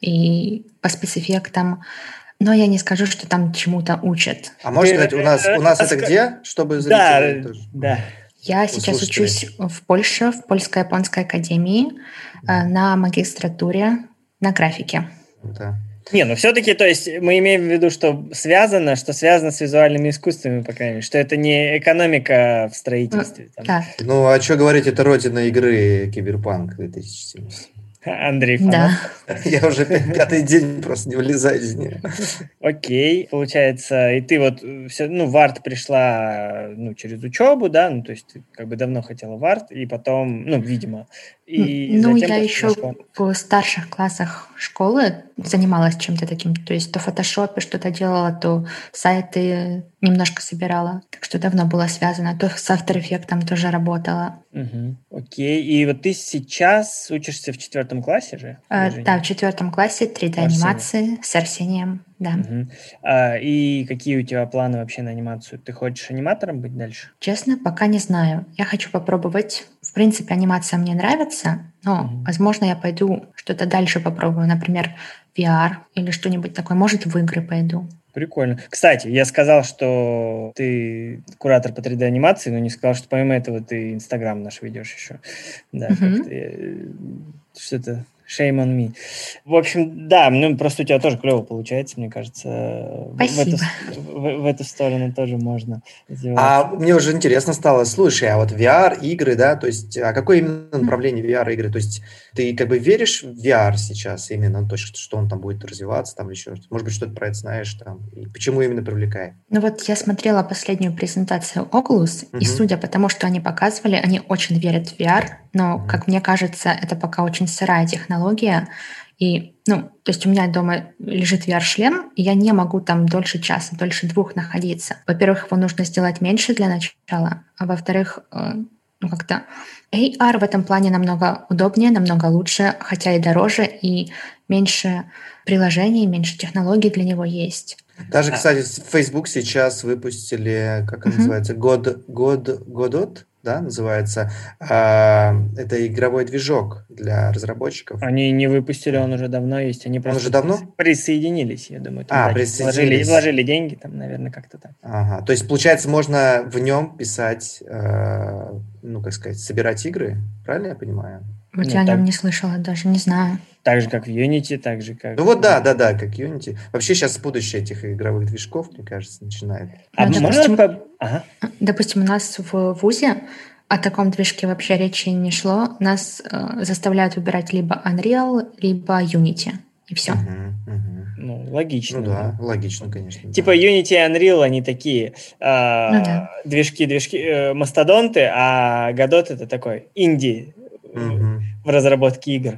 и по спецэффектам, но я не скажу, что там чему-то учат. А можно сказать, у нас, у нас это где? Чтобы зрители да, тоже... Да, Я сейчас слушатели. учусь в Польше, в Польско-японской академии на магистратуре на графике. Да. Не, ну все-таки, то есть мы имеем в виду, что связано, что связано с визуальными искусствами, по крайней мере, что это не экономика в строительстве. Ну, там. да. Ну, а что говорить, это родина игры Киберпанк две тысячи семьдесят. Андрей фанат. Да. Я уже пятый день просто не вылезаю из нее. Окей, получается, и ты вот все, ну, в арт пришла, ну, через учебу, да, ну, то есть ты как бы давно хотела в арт, и потом, ну, видимо, и ну, затем я еще нашла... в старших классах школы занималась чем-то таким, то есть то в фотошопе что-то делала, то сайты немножко собирала, так что давно было связано, то с After Effects тоже работала. Угу. Окей, и вот ты сейчас учишься в четвертом классе же? А, да, в четвертом классе три дэ-анимации с Арсением, да. Угу. А, и какие у тебя планы вообще на анимацию? Ты хочешь аниматором быть дальше? Честно, пока не знаю. Я хочу попробовать. В принципе, анимация мне нравится, но, угу. возможно, я пойду что-то дальше попробую, например, ви ар или что-нибудь такое. Может, в игры пойду. Прикольно. Кстати, я сказал, что ты куратор по три дэ-анимации, но не сказал, что помимо этого ты Инстаграм наш ведешь еще. Да, угу. как-то я... что-то shame on me. В общем, да, ну просто у тебя тоже клево получается, мне кажется. Спасибо. В эту, в, в эту сторону тоже можно развиваться. А мне уже интересно стало, слушай, а вот ви ар, игры, да, то есть, а какое именно направление ви ар игры? То есть ты как бы веришь в ви ар сейчас именно, то есть, что он там будет развиваться, там еще, может быть, что-то про это знаешь там, и почему именно привлекает? Ну вот я смотрела последнюю презентацию Oculus, uh-huh. и судя по тому, что они показывали, они очень верят в ви ар, но, uh-huh. как мне кажется, это пока очень сырая технология, и, ну, то есть у меня дома лежит ви ар-шлем, и я не могу там дольше часа, дольше двух находиться. Во-первых, его нужно сделать меньше для начала, а во-вторых, ну, как-то эй ар в этом плане намного удобнее, намного лучше, хотя и дороже, и меньше приложений, меньше технологий для него есть. Даже, кстати, Facebook сейчас выпустили, как это uh-huh. называется, God, God, Godot, да, называется. А, это игровой движок для разработчиков. Они не выпустили, он уже давно есть. Они он просто уже давно? присоединились, я думаю. А, да, присоединились. Вложили, вложили деньги, там, наверное, как-то так. Ага, то есть, получается, можно в нем писать, э, ну, как сказать, собирать игры, правильно я понимаю? Вот ну, я о так... нем не слышала, даже не знаю. Так же, как в Unity, так же, как... Ну вот да, да, да, как Unity. Вообще сейчас будущее этих игровых движков, мне кажется, начинает. А ну, допустим, можно... ага. допустим, у нас в вузе о таком движке вообще речи не шло. Нас э, заставляют выбирать либо Unreal, либо Unity. И все. Uh-huh, uh-huh. Ну, логично. Ну да, да. логично, конечно. Типа да. Unity и Unreal, они такие э, ну, да. движки, движки, э, мастодонты, а Godot это такой инди uh-huh. в разработке игр.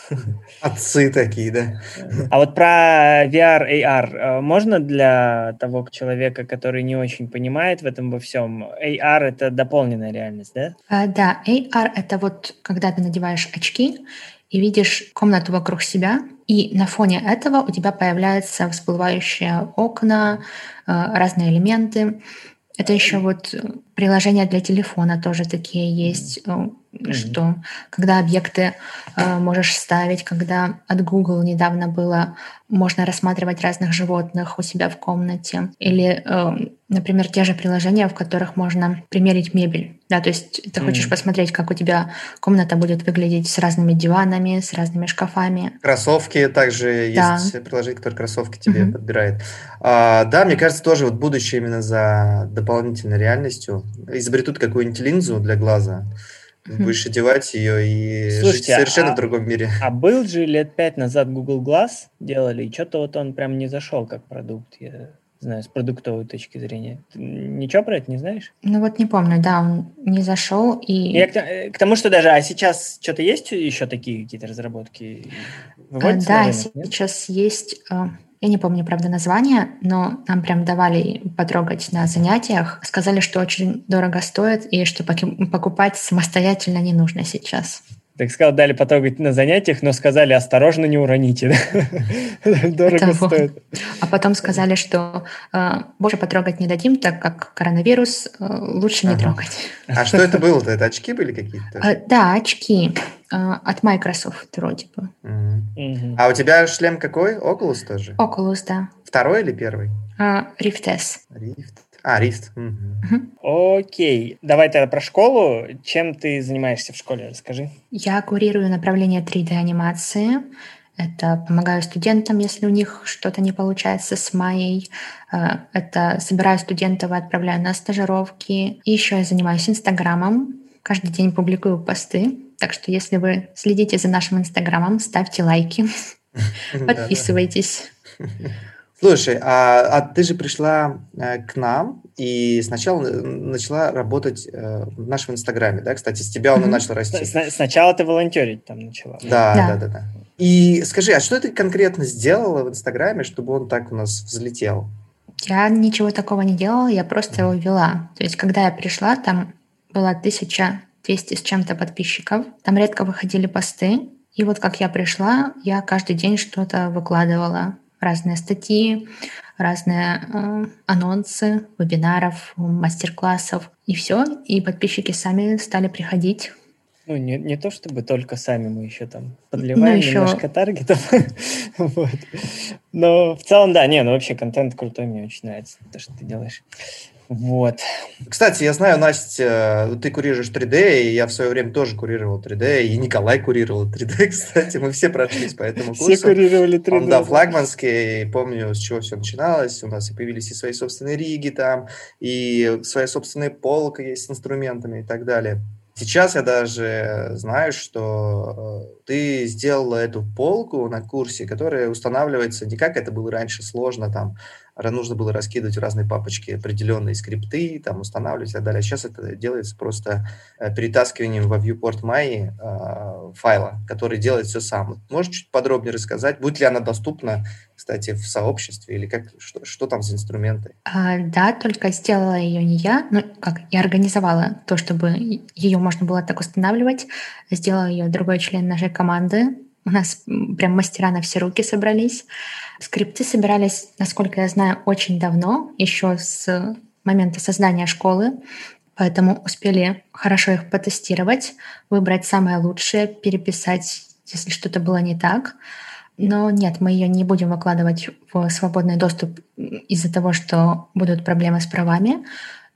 Отцы такие, да. А вот про ви ар, эй ар можно для того человека, который не очень понимает в этом во всем? эй ар — это дополненная реальность, да? А, да, эй ар — это вот когда ты надеваешь очки и видишь комнату вокруг себя, и на фоне этого у тебя появляются всплывающие окна, разные элементы. Это еще вот приложения для телефона тоже такие есть. mm-hmm. что когда объекты э, можешь ставить, когда от Google недавно было, можно рассматривать разных животных у себя в комнате. Или, э, например, те же приложения, в которых можно примерить мебель. Да, то есть ты mm-hmm. хочешь посмотреть, как у тебя комната будет выглядеть с разными диванами, с разными шкафами. Кроссовки также да. есть приложение, которое кроссовки тебе mm-hmm. подбирает. А, да, мне кажется, тоже вот будущее именно за дополнительной реальностью. Изобретут какую-нибудь линзу для глаза, mm-hmm. будешь одевать ее и Слушайте, жить совершенно а, в другом мире. А был же лет пять назад Google Glass делали, и что-то вот он прям не зашел как продукт, я знаю, с продуктовой точки зрения. Ты ничего про это не знаешь? Ну вот не помню, да, он не зашел. И... Я к, к тому, что даже, а сейчас что-то есть еще такие какие-то разработки? Выводятся а, да, рынок, сейчас нет? есть... Я не помню, правда, название, но нам прям давали потрогать на занятиях. Сказали, что очень дорого стоит и что покупать самостоятельно не нужно сейчас. Так сказал, дали потрогать на занятиях, но сказали, осторожно, не уроните. Дорого стоит. А потом сказали, что больше потрогать не дадим, так как коронавирус, лучше не трогать. А что это было-то? Это очки были какие-то? Да, очки. От Microsoft вроде бы. Mm-hmm. А у тебя шлем какой? Oculus тоже? Oculus, да. Второй или первый? Uh, Rift S. Rift. А, Rift. Mm-hmm. Mm-hmm. Окей. Давай тогда про школу. Чем ты занимаешься в школе? Расскажи. Я курирую направление три дэ-анимации. Это помогаю студентам, если у них что-то не получается с Майей. Это собираю студентов и отправляю на стажировки. И еще я занимаюсь Инстаграмом. Каждый день публикую посты. Так что, если вы следите за нашим Инстаграмом, ставьте лайки, подписывайтесь. Слушай, а, а ты же пришла э, к нам и сначала начала работать э, в нашем Инстаграме, да? Кстати, с тебя он mm-hmm. и начал расти. С- сначала ты волонтерить там начала. Да, да, да, да, да. И скажи, а что ты конкретно сделала в Инстаграме, чтобы он так у нас взлетел? Я ничего такого не делала, я просто его вела. То есть, когда я пришла, там была тысяча двести с чем-то подписчиков. Там редко выходили посты. И вот как я пришла, я каждый день что-то выкладывала. Разные статьи, разные э, анонсы, вебинаров, мастер-классов. И все. И подписчики сами стали приходить. Ну, не, не то чтобы только сами, мы еще там подливаем ну, немножко еще... таргетов. Вот. Но в целом, да, не, ну вообще контент крутой, мне очень нравится, то, что ты делаешь. Вот. Кстати, я знаю, Настя, ты курируешь три дэ, и я в свое время тоже курировал три дэ, и Николай курировал три дэ, кстати, мы все прошлись по этому курсу. Все курировали три дэ. Он, да, флагманский, помню, с чего все начиналось, у нас и появились и свои собственные риги там, и своя собственная полка есть с инструментами и так далее. Сейчас я даже знаю, что ты сделала эту полку на курсе, которая устанавливается не как это было раньше, сложно, там нужно было раскидывать в разные папочки определенные скрипты, там устанавливать и так далее. Сейчас это делается просто перетаскиванием во viewport Maya э, файла, который делает все сам. Можешь чуть подробнее рассказать, будет ли она доступна, кстати, в сообществе, или как, что, что там за инструменты? А, да, только сделала ее не я, ну как, я организовала то, чтобы ее можно было так устанавливать, сделал ее другой член нашей команды. У нас прям мастера на все руки собрались. Скрипты собирались, насколько я знаю, очень давно, еще с момента создания школы, поэтому успели хорошо их потестировать, выбрать самое лучшее, переписать, если что-то было не так. Но нет, мы ее не будем выкладывать в свободный доступ из-за того, что будут проблемы с правами,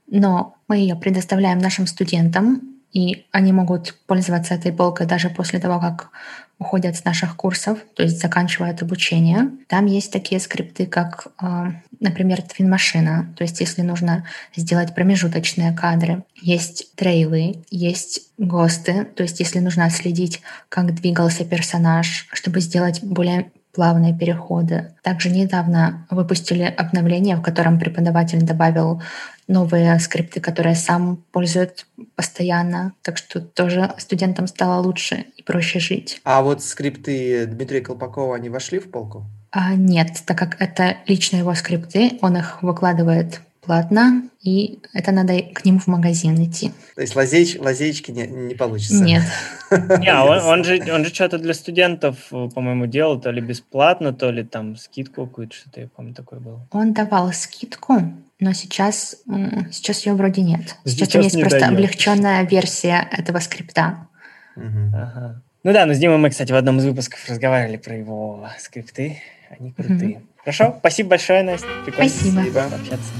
но мы ее предоставляем нашим студентам, и они могут пользоваться этой полкой даже после того, как уходят с наших курсов, то есть заканчивают обучение. Там есть такие скрипты, как, например, твин-машина, то есть если нужно сделать промежуточные кадры. Есть трейлы, есть госты, то есть если нужно отследить, как двигался персонаж, чтобы сделать более плавные переходы. Также недавно выпустили обновление, в котором преподаватель добавил новые скрипты, которые сам пользует постоянно. Так что тоже студентам стало лучше и проще жить. А вот скрипты Дмитрия Колпакова, они вошли в полку? А, нет, так как это лично его скрипты, он их выкладывает платно, и это надо к нему в магазин идти. То есть лазеч, лазеечки не, не получится? Нет. Не, он, он же, он же что-то для студентов, по-моему, делал, то ли бесплатно, то ли там скидку какую-то, что-то, я помню, такое было. Он давал скидку, но сейчас, сейчас ее вроде нет. Сейчас, Сейчас там есть не просто дает. облегченная версия этого скрипта. Мгм. Ага. Ну да, но с Димой мы, кстати, в одном из выпусков разговаривали про его скрипты. Они крутые. Хорошо, спасибо большое, Настя. Прикольно Спасибо. пообщаться.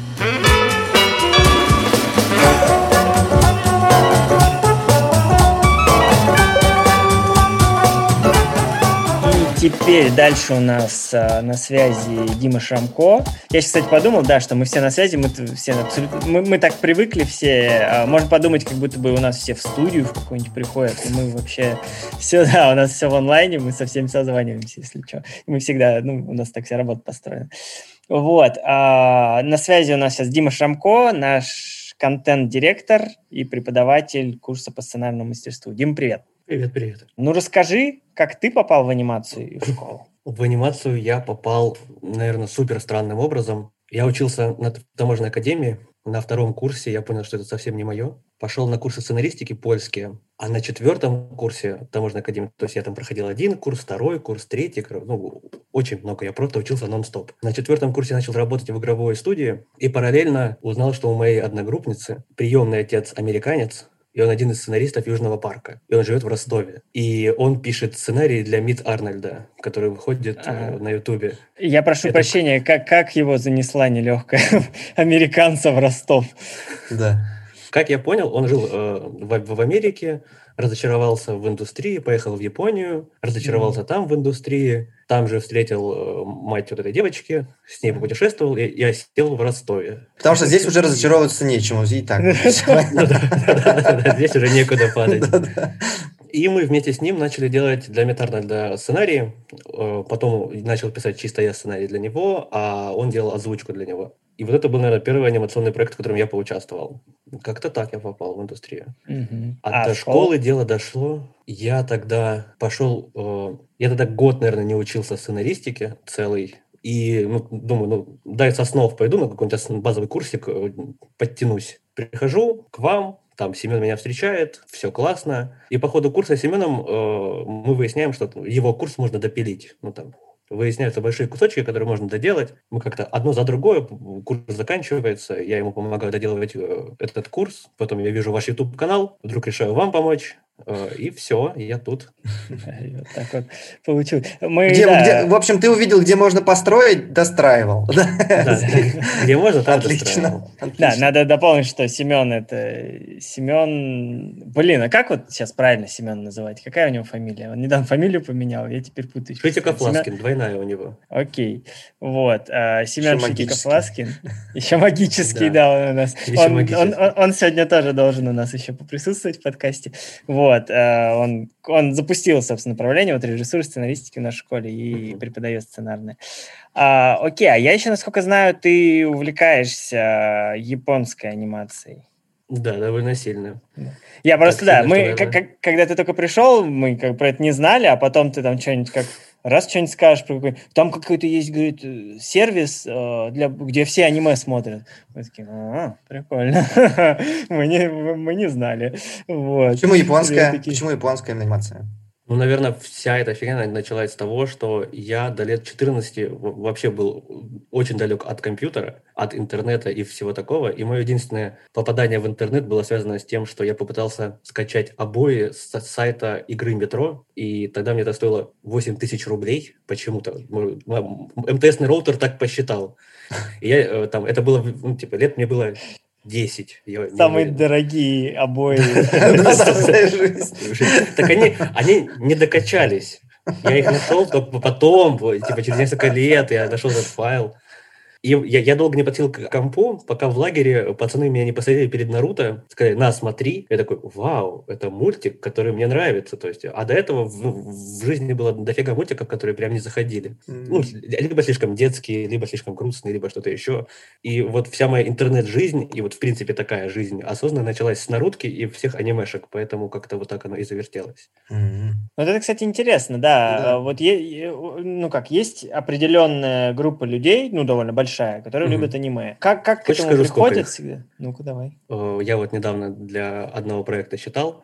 И теперь дальше у нас а, на связи Дима Шрамко. Я сейчас, кстати, подумал, да, что мы все на связи, мы т- все абсолютно, мы, мы так привыкли все. а, можно подумать, как будто бы у нас все в студию в какую-нибудь приходят, и мы вообще все, да, у нас все в онлайне, мы со всеми созваниваемся, если что. Мы всегда, ну, у нас так вся работа построена. Вот. а, на связи у нас сейчас Дима Шрамко, наш контент-директор и преподаватель курса по сценарному мастерству. Дима, привет. Привет, привет. Ну, расскажи, как ты попал в анимацию и в школу? В анимацию я попал, наверное, супер странным образом. Я учился на т- таможенной академии. На втором курсе я понял, что это совсем не мое. Пошел на курсы сценаристики польские. А на четвертом курсе таможенной академии, то есть я там проходил один курс, второй курс, третий, кор- ну, очень много. Я просто учился нон-стоп. На четвертом курсе я начал работать в игровой студии и параллельно узнал, что у моей одногруппницы приемный отец американец, и он один из сценаристов Южного парка. И он живет в Ростове. И он пишет сценарий для Мид Арнольда, который выходит э, Ага. на Ютубе. Я прошу Это- прощения, как, как его занесла нелегкая американца в Ростов? Да. Как я понял, он жил э, в, в Америке, разочаровался в индустрии, поехал в Японию, разочаровался там в индустрии, там же встретил э, мать вот этой девочки, с ней попутешествовал, и я сел в Ростове. Потому что здесь уже разочаровываться нечему, и так. Ну да, здесь уже некуда падать. Да-да. И мы вместе с ним начали делать для Мид Арнольда сценарии. Э, Потом начал писать чисто я сценарий для него, а он делал озвучку для него. И вот это был, наверное, первый анимационный проект, в котором я поучаствовал. Как-то так я попал в индустрию. Мгм. А, А до школа? школы дело дошло. Я тогда пошел... э, я тогда год, наверное, не учился сценаристике целый. И ну, думаю, ну, дай с основ пойду на какой-нибудь ос- базовый курсик, э, подтянусь. Прихожу к вам, там Семен меня встречает, все классно. И по ходу курса с Семеном э, мы выясняем, что его курс можно допилить. Ну, там, выясняются большие кусочки, которые можно доделать. Мы как-то одно за другое, курс заканчивается, я ему помогаю доделывать э, этот курс, потом я вижу ваш YouTube-канал, вдруг решаю вам помочь, э, и все, я тут. И вот так вот получилось. Мы, Где, да, где- в общем, ты увидел, где можно построить, достраивал. Да, Да, где можно, там Отлично. достраивал. Да, Отлично. надо дополнить, что Семен это... Семен... Блин, а как вот сейчас правильно Семен называть? Какая у него фамилия? Он недавно фамилию поменял, я теперь путаюсь. Шитиков-Ласкин, двойная у него. Окей, вот. а, Семен Еще Шитиков-Ласкин. Еще магический, Да. да, он у нас. Еще Он, магический. он- он- он сегодня тоже должен у нас еще поприсутствовать в подкасте. Вот. а, Он, он запустил, собственно, направление вот режиссуры сценаристики в нашей школе и Мгм. преподает сценарное. А, окей, а я еще, насколько знаю, ты увлекаешься японской анимацией. Да, довольно сильно. Я просто, да, сильно, мы, что, как- наверное. как- когда ты только пришел, мы как про это не знали, а потом ты там что-нибудь как раз что-нибудь скажешь про какой там какой-то есть, говорит, э, сервис, э, для, где все аниме смотрят. Мы такие, а, прикольно. мы, не, мы не знали. Вот. Почему японская? И такие, Почему японская анимация? Ну, наверное, вся эта фигня началась с того, что я до лет четырнадцати в- вообще был очень далек от компьютера, от интернета и всего такого. И мое единственное попадание в интернет было связано с тем, что я попытался скачать обои с сайта игры «Метро», и тогда мне это стоило восемь тысяч рублей почему-то. Мой- м- МТСный роутер так посчитал. И я э, там, это было, ну, типа, лет мне было десять. Я не Самые уверен. дорогие обои. Настоящая жизнь. Так они, они не докачались. Я их нашел только потом, типа через несколько лет я нашел этот файл. И я, я долго не подсел к компу, пока в лагере пацаны меня не посадили перед Наруто, сказали, на, смотри. Я такой, вау, это мультик, который мне нравится. То есть, а до этого в, в жизни было дофига мультиков, которые прям не заходили. Ну, либо слишком детские, либо слишком грустные, либо что-то еще. И вот вся моя интернет-жизнь, и вот в принципе такая жизнь осознанно началась с Нарутки и всех анимешек, поэтому как-то вот так оно и завертелось. Мгм. Вот это, кстати, интересно, да. Да. А Вот е- е- ну как, есть определенная группа людей, ну довольно большая, которые Мгм. любят аниме. Как, как к Хочешь, этому скажу, сколько приходят их? всегда? Ну-ка, давай. Э, Я вот недавно для одного проекта считал,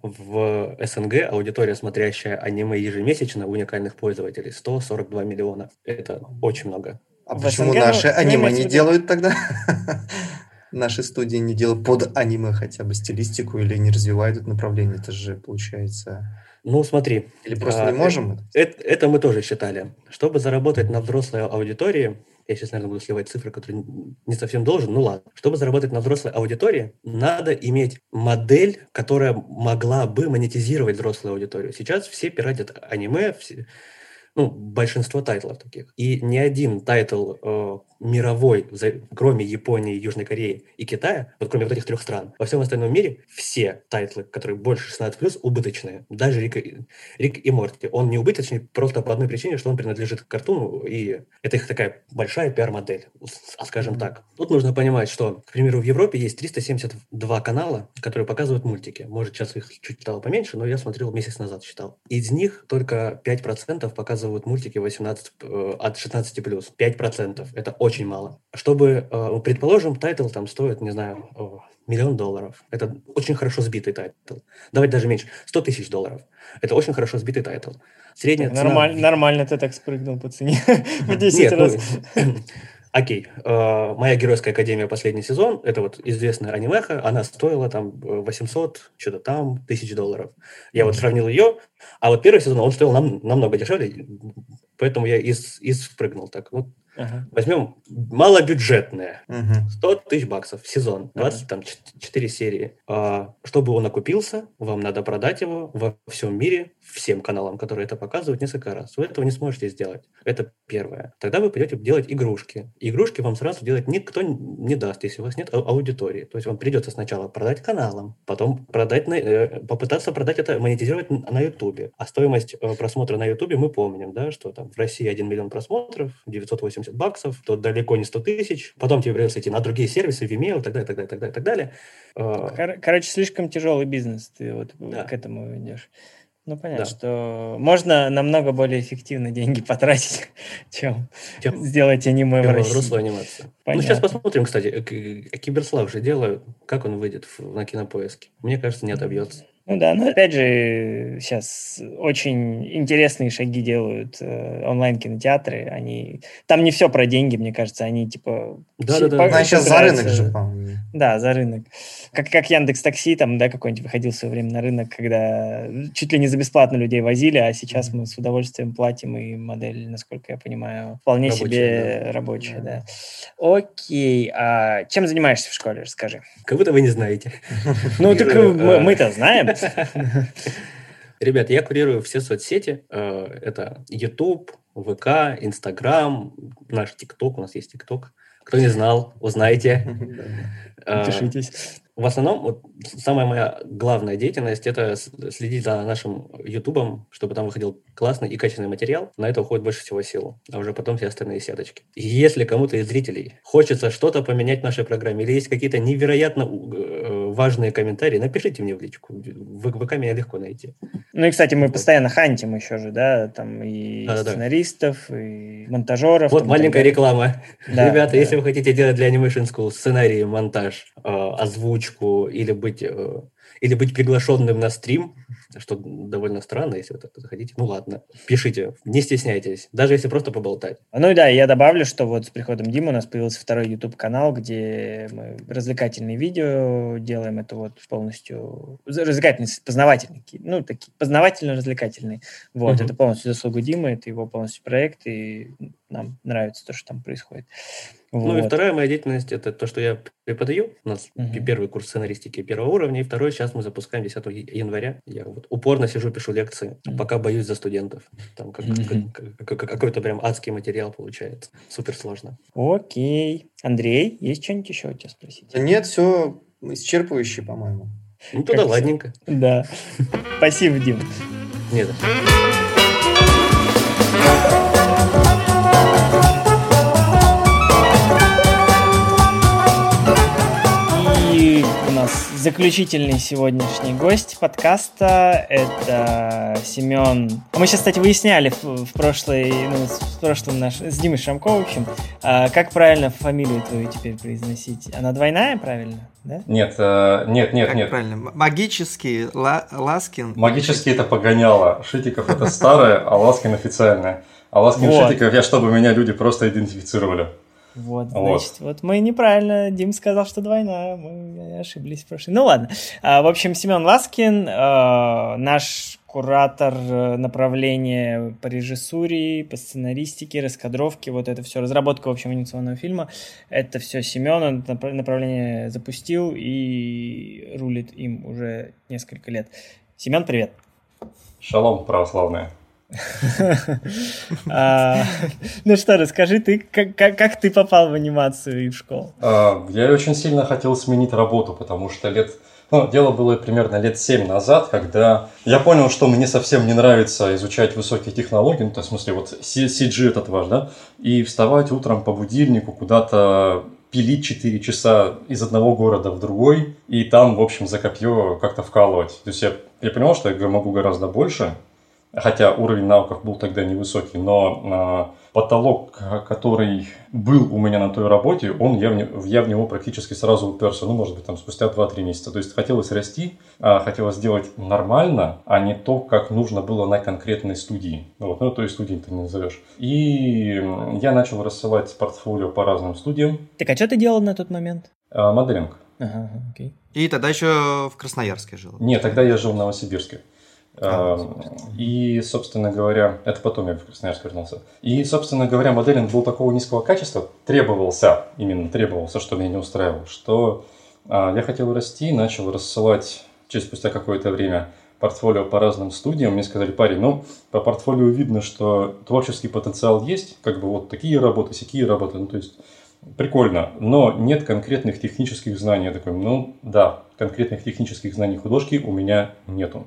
в СНГ аудитория, смотрящая аниме ежемесячно, уникальных пользователей, сто сорок два миллиона. Это очень много. А В почему СНГ, ну, наши ну, аниме имеется в не виду- делают тогда? нашей студии не делают под аниме хотя бы стилистику или не развивают это направление? Это же получается... Ну, смотри. Или просто а, не можем? Это, это мы тоже считали. Чтобы заработать на взрослой аудитории, я сейчас, наверное, буду сливать цифры, которые не совсем должен, ну ладно. Чтобы заработать на взрослой аудитории, надо иметь модель, которая могла бы монетизировать взрослую аудиторию. Сейчас все пиратят аниме, все, ну, большинство тайтлов таких. И ни один тайтл э, мировой, за, кроме Японии, Южной Кореи и Китая, вот кроме вот этих трех стран, во всем остальном мире все тайтлы, которые больше шестнадцать плюс, убыточные. Даже Рик, Рик и Морти. Он не убыточный просто по одной причине, что он принадлежит к картуну, и это их такая большая пиар-модель, скажем mm-hmm. так. Тут нужно понимать, что, к примеру, в Европе есть триста семьдесят два канала, которые показывают мультики. Может, сейчас их чуть стало поменьше, но я смотрел месяц назад, считал. Из них только пять процентов показывают мультики восемнадцать, э, от шестнадцати плюс. пять процентов. Это очень очень мало. Чтобы, э, предположим, тайтл там стоит, не знаю, э, миллион долларов. Это очень хорошо сбитый тайтл. Давайте даже меньше. сто тысяч долларов. Это очень хорошо сбитый тайтл. Средняя так, цена... Нормаль, нормально ты так спрыгнул по цене. В десять раз. Окей. Uh, «Моя геройская академия» последний сезон, это вот известная анимеха, она стоила там восемьсот, что-то там, тысяч долларов. Я mm-hmm. вот сравнил ее, а вот первый сезон, он стоил нам, намного дешевле, поэтому я из, из спрыгнул так. Вот uh-huh. возьмем малобюджетное, uh-huh. сто тысяч баксов в сезон, двадцать uh-huh. четыре серии. А, чтобы он окупился, вам надо продать его во всем мире, всем каналам, которые это показывают, несколько раз. Вы этого не сможете сделать. Это первое. Тогда вы пойдете делать игрушки. Игрушки вам сразу делать никто не даст, если у вас нет аудитории. То есть вам придется сначала продать каналам, потом продать на, э, попытаться продать это, монетизировать на Ютубе. А стоимость э, просмотра на Ютубе мы помним, да, что там в России один миллион просмотров, девятьсот восемьдесят баксов, то далеко не сто тысяч. Потом тебе придется идти на другие сервисы, Vimeo и так далее, так далее, так далее, так далее. Кор- короче, слишком тяжелый бизнес, ты вот да. к этому идешь. Ну, понятно, да. что можно намного более эффективно деньги потратить, чем, чем сделать аниме в России. Взрослую анимацию. Понятно. Ну, сейчас посмотрим, кстати. Киберслав же делают. Как он выйдет на Кинопоиске? Мне кажется, не отобьется. Ну да, но опять же, сейчас очень интересные шаги делают э, онлайн-кинотеатры. Они... Там не все про деньги, мне кажется, они типа... Да-да-да. По... Ну, сейчас за рынок же, по-моему. Да, за рынок. Как, как Яндекс.Такси, там, да, какой-нибудь выходил в свое время на рынок, когда чуть ли не за бесплатно людей возили, а сейчас mm-hmm. мы с удовольствием платим, и модель, насколько я понимаю, вполне рабочая, себе да. рабочая, да. да. Окей, а чем занимаешься в школе, расскажи. Как будто вы не знаете. Ну, так мы-то знаем. Ребят, я курирую все соцсети. Это YouTube, ВК, Инстаграм, наш ТикТок. У нас есть ТикТок. Кто не знал, узнаете. Пишитесь. В основном, вот, самая моя главная деятельность – это следить за нашим Ютубом, чтобы там выходил классный и качественный материал. На это уходит больше всего сил, а уже потом все остальные сеточки. И если кому-то из зрителей хочется что-то поменять в нашей программе, или есть какие-то невероятно важные комментарии, напишите мне в личку. В ВК меня легко найти. Ну и, кстати, мы вот. постоянно хантим еще же, да, там и да, сценаристов, да. и монтажеров. Вот маленькая так... реклама. Да, Ребята, да. если вы хотите делать для Animation School сценарий, монтаж, озвучку, или быть, или быть приглашенным на стрим, что довольно странно, если вы так захотите. Ну ладно, пишите, не стесняйтесь, даже если просто поболтать. Ну и да, я добавлю, что вот с приходом Димы у нас появился второй YouTube-канал, где мы развлекательные видео делаем, это вот полностью развлекательные, познавательные, ну такие познавательно-развлекательные. Вот, uh-huh. это полностью заслуга Димы, это его полностью проект, и нам нравится то, что там происходит. Вот. Ну и вторая моя деятельность – это то, что я преподаю. У нас uh-huh. первый курс сценаристики первого уровня, и второй сейчас мы запускаем десятого января. Я вот упорно сижу, пишу лекции, uh-huh. пока боюсь за студентов. Там как, uh-huh. как, как, как, какой-то прям адский материал получается. Супер сложно. Окей. Андрей, есть что-нибудь еще у тебя спросить? Нет, все исчерпывающе, по-моему. Ну тогда ладненько. Да. Спасибо, Дим. Нет. И у нас заключительный сегодняшний гость подкаста – это Семен. Мы сейчас, кстати, выясняли в, в прошлой, ну, в прошлом наш, с Димой Шрамковым, в общем, а, как правильно фамилию твою теперь произносить. Она двойная, правильно? Да? Нет, э, нет, нет, как нет. Правильно. Магический Ла- Ласкин. Магический это погоняло. Шитиков это старое, а Ласкин официальное. А Ласкин вот. Шитиков я, чтобы меня люди просто идентифицировали. Вот, Вот. значит, вот мы неправильно, Дим сказал, что двойная, мы ошиблись в прошлом. Ну ладно. А, в общем, Семен Ласкин, э, наш куратор направления по режиссуре, по сценаристике, раскадровке, вот это все, разработка, в общем, анимационного фильма, это все Семен, он направление запустил и рулит им уже несколько лет. Семен, привет. Шалом, православные. Ну что, расскажи, ты как ты попал в анимацию и в школу? Я очень сильно хотел сменить работу, потому что лет... Ну, дело было примерно лет семь назад, когда я понял, что мне совсем не нравится изучать высокие технологии, ну, то есть, в смысле, вот си джи этот ваш, да, и вставать утром по будильнику куда-то пилить четыре часа из одного города в другой, и там, в общем, за копье как-то вкалывать. То есть я, я понимал, что я могу гораздо больше, хотя уровень навыков был тогда невысокий, но э, потолок, который был у меня на той работе, он, я, в, я в него практически сразу уперся, ну, может быть, там, спустя два-три месяца. То есть хотелось расти, э, хотелось сделать нормально, а не то, как нужно было на конкретной студии. Вот, ну, то есть студии ты не назовешь. И я начал рассылать портфолио по разным студиям. Так, а что ты делал на тот момент? Э, моделинг. Ага, окей. И тогда еще в Красноярске жил? Нет, тогда я жил в Новосибирске. И, собственно говоря, это потом я в Красноярск вернулся. И, собственно говоря, моделинг был такого низкого качества, требовался, именно требовался, что меня не устраивало, что а, я хотел расти, начал рассылать через спустя какое-то время портфолио по разным студиям. Мне сказали: парень, ну, по портфолио видно, что творческий потенциал есть, как бы вот такие работы, сякие работы, ну, то есть прикольно, но нет конкретных технических знаний. Я такой: ну, да, конкретных технических знаний художки у меня нету.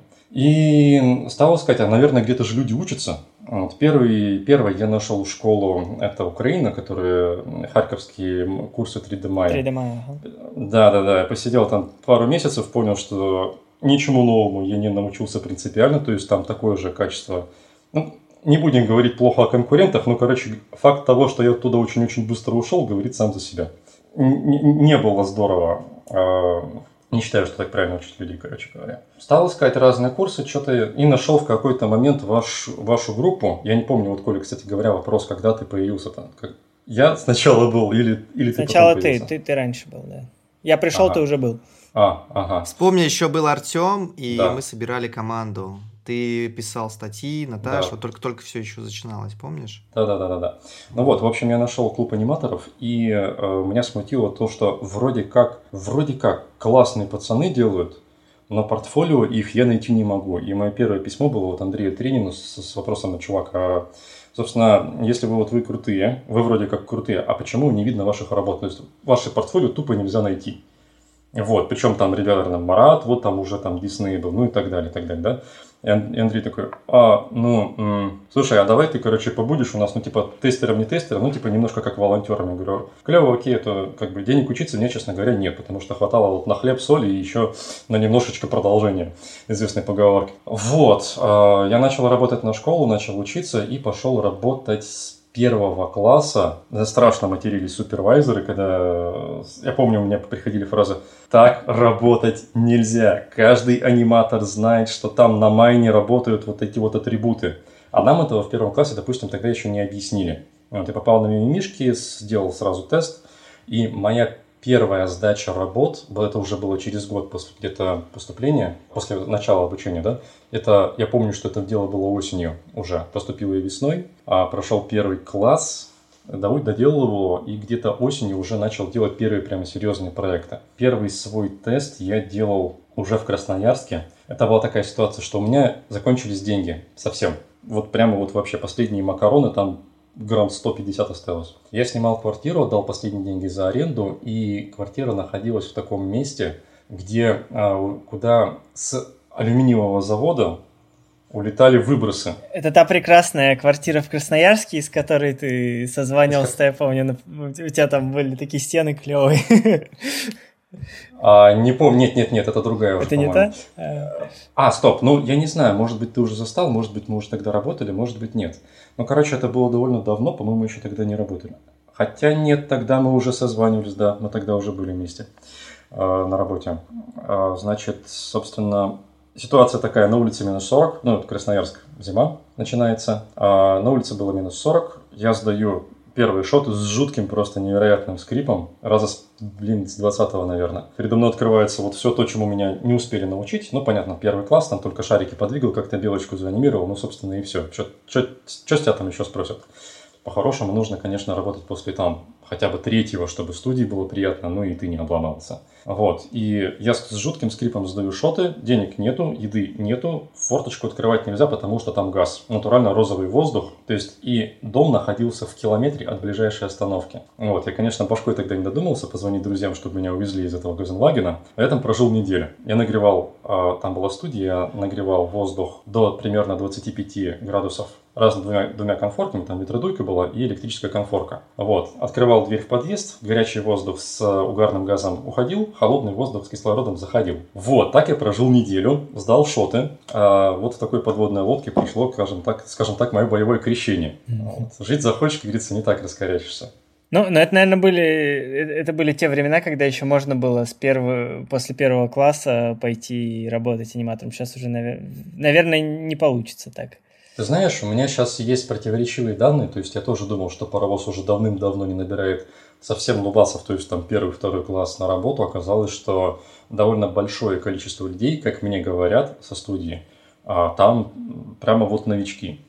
И стал искать, а, наверное, где-то же люди учатся. Вот, первый, первый я нашел школу, это Украина, которые харьковские курсы три дэ Maya. три дэ Maya, ага. Да, да, да, я посидел там пару месяцев, понял, что ничему новому я не научился принципиально, то есть там такое же качество. Ну, не будем говорить плохо о конкурентах, но, короче, факт того, что я оттуда очень-очень быстро ушел, говорит сам за себя. Н- не было здорово. Не считаю, что так правильно учить людей, короче говоря. Стал искать разные курсы, что-то и нашел в какой-то момент ваш, вашу группу. Я не помню, вот, Коля, кстати говоря, вопрос, когда ты появился там. Как... Я сначала был или, или ты Сначала потом ты, появился? ты, ты раньше был, да. Я пришел, Ага. ты уже был. А, ага. Вспомни, еще был Артем, и Да. мы собирали команду. Ты писал статьи, Наташа, Да. вот только-только все еще начиналось, помнишь? Да-да-да-да. Ну вот, в общем, я нашел клуб аниматоров, и э, меня смутило то, что вроде как, вроде как классные пацаны делают, но портфолио их я найти не могу. И мое первое письмо было вот Андрею Тренину с, с вопросом: чувак, а, собственно, если вы вот вы крутые, вы вроде как крутые, а почему не видно ваших работ? То есть ваше портфолио тупо нельзя найти. Вот, причем там ребята, наверное, Марат, вот там уже там Дисней был, ну и так далее, и так далее, да. И Андрей такой: а, ну, м- слушай, а давай ты, короче, побудешь у нас, ну, типа, тестером, не тестером, ну, типа, немножко как волонтером. Я говорю: клево, окей, это, как бы, денег учиться мне, честно говоря, нет, потому что хватало вот на хлеб, соль и еще на немножечко продолжение известной поговорки. Вот, э, я начал работать на школу, начал учиться и пошел работать с первого класса. Страшно матерились супервайзеры, когда, я помню, у меня приходили фразы: так работать нельзя. Каждый аниматор знает, что там на майне работают вот эти вот атрибуты. А нам этого в первом классе, допустим, тогда еще не объяснили. Вот, я попал на мимимишки, сделал сразу тест, и моя первая сдача работ, это уже было через год после где-то поступления, после начала обучения, да, это, я помню, что это дело было осенью уже, поступил я весной, а прошел первый класс, доделал его, и где-то осенью уже начал делать первые прямо серьезные проекты. Первый свой тест я делал уже в Красноярске. Это была такая ситуация, что у меня закончились деньги совсем. Вот прямо вот вообще последние макароны, там грамм сто пятьдесят осталось. Я снимал квартиру, отдал последние деньги за аренду, и квартира находилась в таком месте, где, куда с алюминиевого завода улетали выбросы. Это та прекрасная квартира в Красноярске, из которой ты созванивался, я помню, у тебя там были такие стены клевые. А, не помню, нет, нет, нет, это другая уже, это не по-моему. та? А, стоп, ну я не знаю, может быть ты уже застал, может быть мы уже тогда работали, может быть нет. Ну, короче, это было довольно давно, по-моему, еще тогда не работали. Хотя нет, тогда мы уже созванивались, да, мы тогда уже были вместе э, на работе. Э, значит, собственно, ситуация такая: на улице минус сорок, ну, это Красноярск, зима начинается, а на улице было минус сорок, я сдаю первые шоты с жутким, просто невероятным скрипом. Раза, с, блин, с двадцатого, наверное. Передо мной открывается вот все то, чему меня не успели научить. Ну, понятно, первый класс, там только шарики подвигал, как-то белочку заанимировал, ну, собственно, и все. Что с тебя там еще спросят? По-хорошему нужно, конечно, работать после там хотя бы третьего, чтобы студии было приятно, ну и ты не обломался. Вот. И я с жутким скрипом сдаю шоты, денег нету, еды нету, форточку открывать нельзя, потому что там газ. Натурально розовый воздух. То есть и дом находился в километре от ближайшей остановки. Вот. Я, конечно, башкой тогда не додумался позвонить друзьям, чтобы меня увезли из этого Газенвагена. А я там прожил неделю. Я нагревал, там была студия, я нагревал воздух до примерно двадцати пяти градусов. Разными двумя, двумя конфорками, там ветродуйка была и электрическая конфорка. Вот. Открывал дверь в подъезд, горячий воздух с угарным газом уходил, холодный воздух с кислородом заходил. Вот, так я прожил неделю, сдал шоты. А вот в такой подводной лодке пришло, скажем так, скажем так, мое боевое крещение. Вот. Жить захочешь, как говорится, не так раскорячишься. Ну, но это, наверное, были, это были те времена, когда еще можно было с первого, после первого класса пойти работать аниматором. Сейчас уже, наверное, не получится так. Ты знаешь, у меня сейчас есть противоречивые данные, то есть я тоже думал, что паровоз уже давным-давно не набирает совсем лубасов, то есть там первый, второй класс на работу. Оказалось, что довольно большое количество людей, как мне говорят со студии, там прямо вот новички.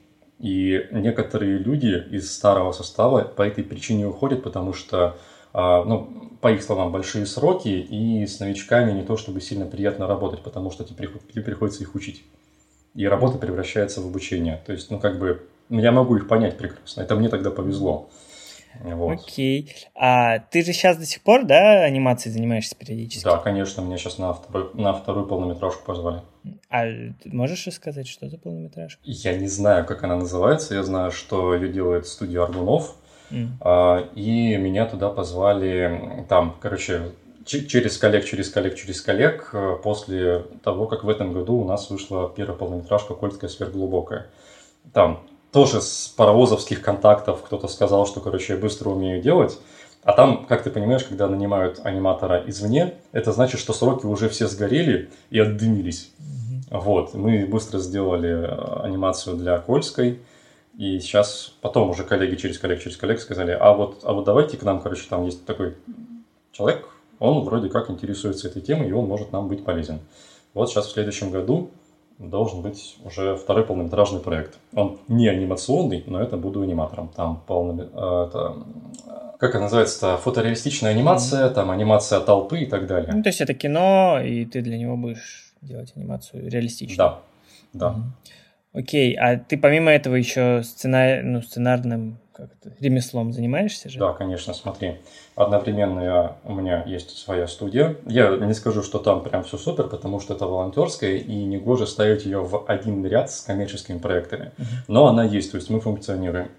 И некоторые люди из старого состава по этой причине уходят, потому что, ну, по их словам, большие сроки, и с новичками не то чтобы сильно приятно работать, потому что тебе приходится их учить. И работа превращается в обучение. То есть, ну, как бы, я могу их понять прекрасно. Это мне тогда повезло. Вот. Окей. А ты же сейчас до сих пор, да, анимацией занимаешься периодически? Да, конечно. Меня сейчас на, второй, на вторую полнометражку позвали. А ты можешь рассказать, что за полнометражка? Я не знаю, как она называется. Я знаю, что ее делает студия Аргунов. Mm. А, и меня туда позвали. Там, короче... Через коллег, через коллег, через коллег, после того, как в этом году у нас вышла первая полнометражка «Кольская сверхглубокая». Там тоже с паровозовских контактов кто-то сказал, что, короче, я быстро умею делать. А там, как ты понимаешь, когда нанимают аниматора извне, это значит, что сроки уже все сгорели и отдымились. Mm-hmm. Вот. Мы быстро сделали анимацию для Кольской. И сейчас потом уже коллеги через коллег, через коллег сказали, а вот, а вот давайте к нам, короче, там есть такой человек, он вроде как интересуется этой темой, и он может нам быть полезен. Вот сейчас в следующем году должен быть уже второй полнометражный проект. Он не анимационный, но это буду аниматором. Там полно, это, как это называется, фотореалистичная анимация, mm-hmm. там анимация толпы и так далее. Ну, то есть это кино, и ты для него будешь делать анимацию реалистичную. Да, да. Mm-hmm. Окей, а ты помимо этого еще сцена... ну, сценарным как-то ремеслом занимаешься же? Да, конечно, смотри. Одновременно я, у меня есть своя студия. Я не скажу, что там прям все супер, потому что это волонтерская, и негоже ставить ее в один ряд с коммерческими проектами. Uh-huh. Но она есть, то есть мы функционируем.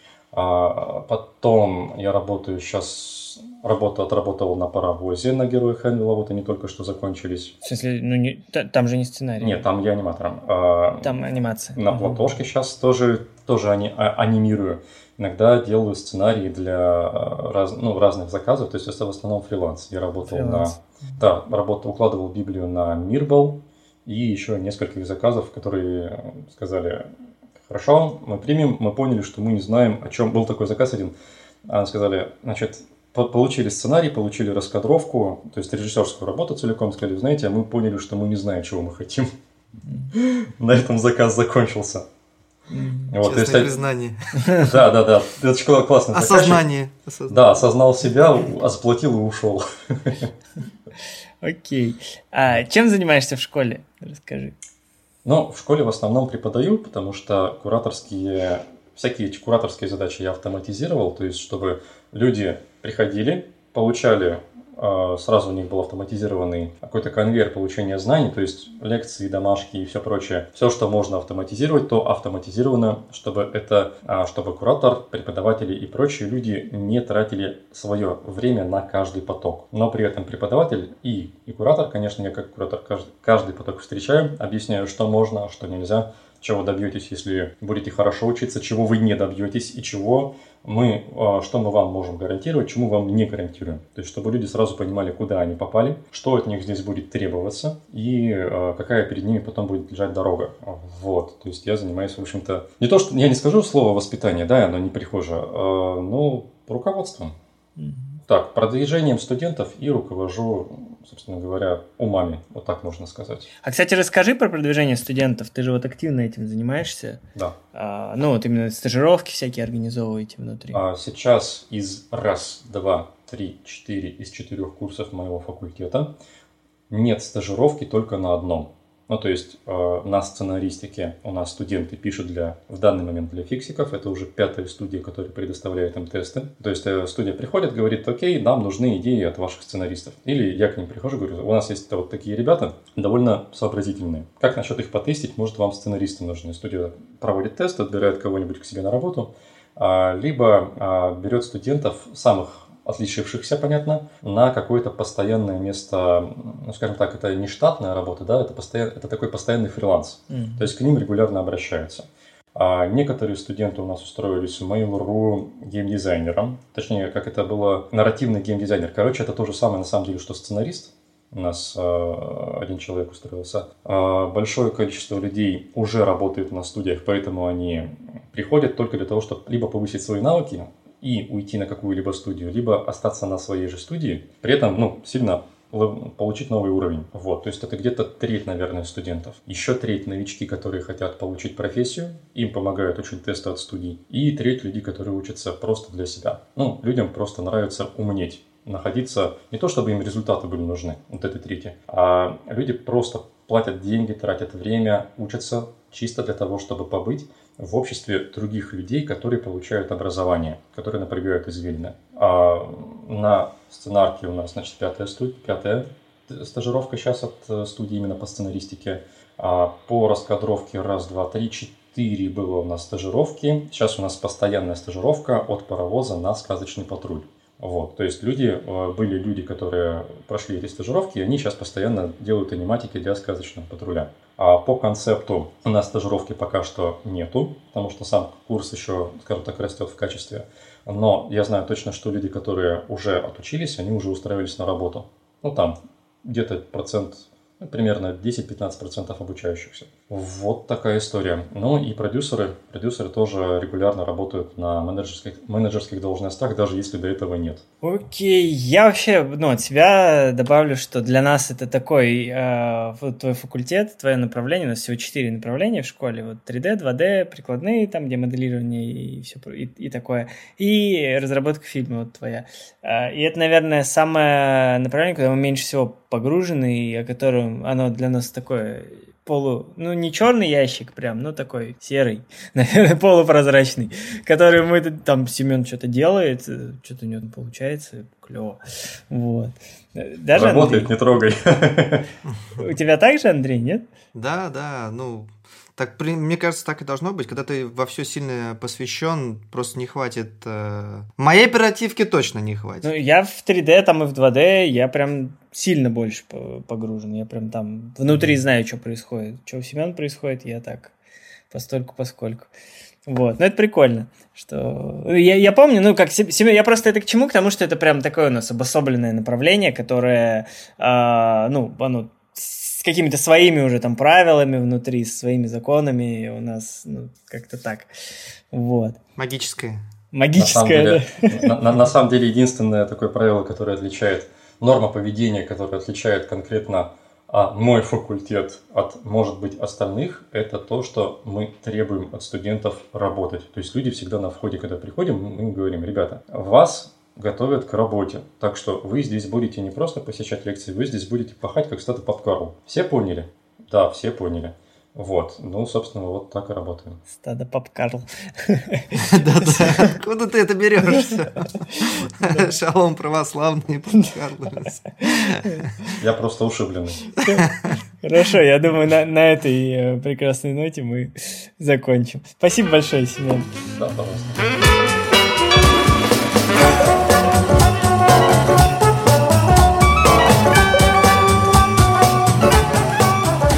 А потом я работаю сейчас, работу отработал на паровозе на Героях Энвилла, вот они только что закончились. В смысле, ну не, там же не сценарий? Нет, там я аниматором. А, там анимация. На платошке uh-huh. сейчас тоже, тоже ани, а, анимирую. Иногда делаю сценарии для раз, ну, разных заказов, то есть это в основном фриланс. Я работал фриланс. на... Да, работал, укладывал Библию на Мирбл и еще нескольких заказов, которые сказали, хорошо, мы примем, мы поняли, что мы не знаем, о чем был такой заказ один. Они сказали, значит, получили сценарий, получили раскадровку, то есть режиссерскую работу целиком, сказали, знаете, мы поняли, что мы не знаем, чего мы хотим. На этом заказ закончился. Вот, честное есть, признание. Да, да, да. Это же классно. Осознание. Осознание. Да, осознал себя, заплатил и ушел. Окей. А чем занимаешься в школе? Расскажи. Ну, в школе в основном преподаю, потому что кураторские, всякие кураторские задачи я автоматизировал, то есть чтобы люди приходили, получали, сразу у них был автоматизированный какой-то конвейер получения знаний, то есть лекции, домашки и все прочее. Все, что можно автоматизировать, то автоматизировано, чтобы это, чтобы куратор, преподаватели и прочие люди не тратили свое время на каждый поток. Но при этом преподаватель и, и куратор, конечно, я как куратор каждый, каждый поток встречаю, объясняю, что можно, что нельзя. чего добьетесь, если будете хорошо учиться, чего вы не добьетесь и чего мы, что мы вам можем гарантировать, чему вам не гарантируем. То есть, чтобы люди сразу понимали, куда они попали, что от них здесь будет требоваться и какая перед ними потом будет лежать дорога. Вот. То есть, я занимаюсь, в общем-то, не то, что я не скажу слово воспитание, да, оно не прихоже, но руководством. Mm-hmm. Так, продвижением студентов и руковожу, собственно говоря, умами, вот так можно сказать. А, кстати, расскажи про продвижение студентов. Ты же вот активно этим занимаешься. Да. А, ну, вот именно стажировки всякие организовываете внутри. А сейчас из раз, два, три, четыре из четырех курсов моего факультета нет стажировки только на одном. Ну, то есть э, на сценаристике у нас студенты пишут для, в данный момент для фиксиков. Это уже пятая студия, которая предоставляет им тесты. То есть э, студия приходит, говорит: окей, нам нужны идеи от ваших сценаристов. Или я к ним прихожу, говорю: у нас есть вот такие ребята, довольно сообразительные. Как насчет их потестить? Может, вам сценаристы нужны? Студия проводит тест, отбирает кого-нибудь к себе на работу, а, либо а, берет студентов самых отличившихся, понятно, на какое-то постоянное место, ну, скажем так, это не штатная работа, да, это, постоян... это такой постоянный фриланс. Mm-hmm. То есть к ним регулярно обращаются. А некоторые студенты у нас устроились в Mail.ru геймдизайнером, точнее, как это было, нарративный геймдизайнер. Короче, это то же самое на самом деле, что сценарист. У нас э, один человек устроился. Э, большое количество людей уже работает на студиях, поэтому они приходят только для того, чтобы либо повысить свои навыки и уйти на какую-либо студию, либо остаться на своей же студии, при этом, ну, сильно получить новый уровень. Вот, то есть это где-то треть, наверное, студентов. Еще треть новички, которые хотят получить профессию, им помогают очень тесты от студий. И треть людей, которые учатся просто для себя. Ну, людям просто нравится умнеть, находиться, не то чтобы им результаты были нужны, вот этой трети, а люди просто платят деньги, тратят время, учатся чисто для того, чтобы побыть в обществе других людей, которые получают образование, которые напрягают извилины. А на сценарке у нас, значит, пятая, студия, пятая стажировка сейчас от студии именно по сценаристике. А по раскадровке раз, два, три, четыре было у нас стажировки. Сейчас у нас постоянная стажировка от паровоза на сказочный патруль. Вот, то есть люди, были люди, которые прошли эти стажировки, и они сейчас постоянно делают аниматики для сказочного патруля. А по концепту у нас стажировки пока что нету, потому что сам курс еще, скажем так, растет в качестве. Но я знаю точно, что люди, которые уже отучились, они уже устраивались на работу. Ну там где-то процент, примерно десять-пятнадцать процентов обучающихся. Вот такая история. Ну и продюсеры. Продюсеры тоже регулярно работают на менеджерских, менеджерских должностях, даже если до этого нет. Окей, я вообще, ну, от себя добавлю, что для нас это такой, э, вот твой факультет, твое направление, у нас всего четыре направления в школе, вот три дэ, два дэ, прикладные, там, где моделирование и все, и, и такое, и разработка фильма вот твоя. Э, и это, наверное, самое направление, куда мы меньше всего погружены, и о котором оно для нас такое полу... Ну, не черный ящик прям, но такой серый, наверное, полупрозрачный, который мы... Там Семен что-то делает, что-то у него получается, клево. Вот. Даже работает, Андрей... не трогай. У тебя так же, Андрей, нет? Да, да, ну... Так, мне кажется, так и должно быть. Когда ты во все сильно посвящен, просто не хватит... Э... Моей оперативки точно не хватит. Ну, я в три дэ, там и в два дэ, я прям сильно больше погружен. Я прям там внутри знаю, что происходит. Что у Семена происходит, я так постольку-поскольку. Вот, ну это прикольно, что... Я, я помню, ну, как Семен... Я просто это к чему? К тому, что это прям такое у нас обособленное направление, которое, э, ну, оно... с какими-то своими уже там правилами внутри, с своими законами у нас, ну, как-то так. Вот. Магическое. Магическое, на да. На, на, на самом деле, единственное такое правило, которое отличает, норма поведения, которая отличает конкретно а, мой факультет от, может быть, остальных, это то, что мы требуем от студентов работать. То есть люди всегда на входе, когда приходим, мы им говорим: ребята, вас готовят к работе. Так что вы здесь будете не просто посещать лекции, вы здесь будете пахать, как стадо попкорн. Все поняли? Да, все поняли. Вот. Ну, собственно, вот так и работаем. Стадо попкорн. Да-да. Откуда ты это берешь? Шалом православный попкорн. Я просто ушибленный. Хорошо, я думаю, на, на этой прекрасной ноте мы закончим. Спасибо большое, Семен. Да, пожалуйста. Ну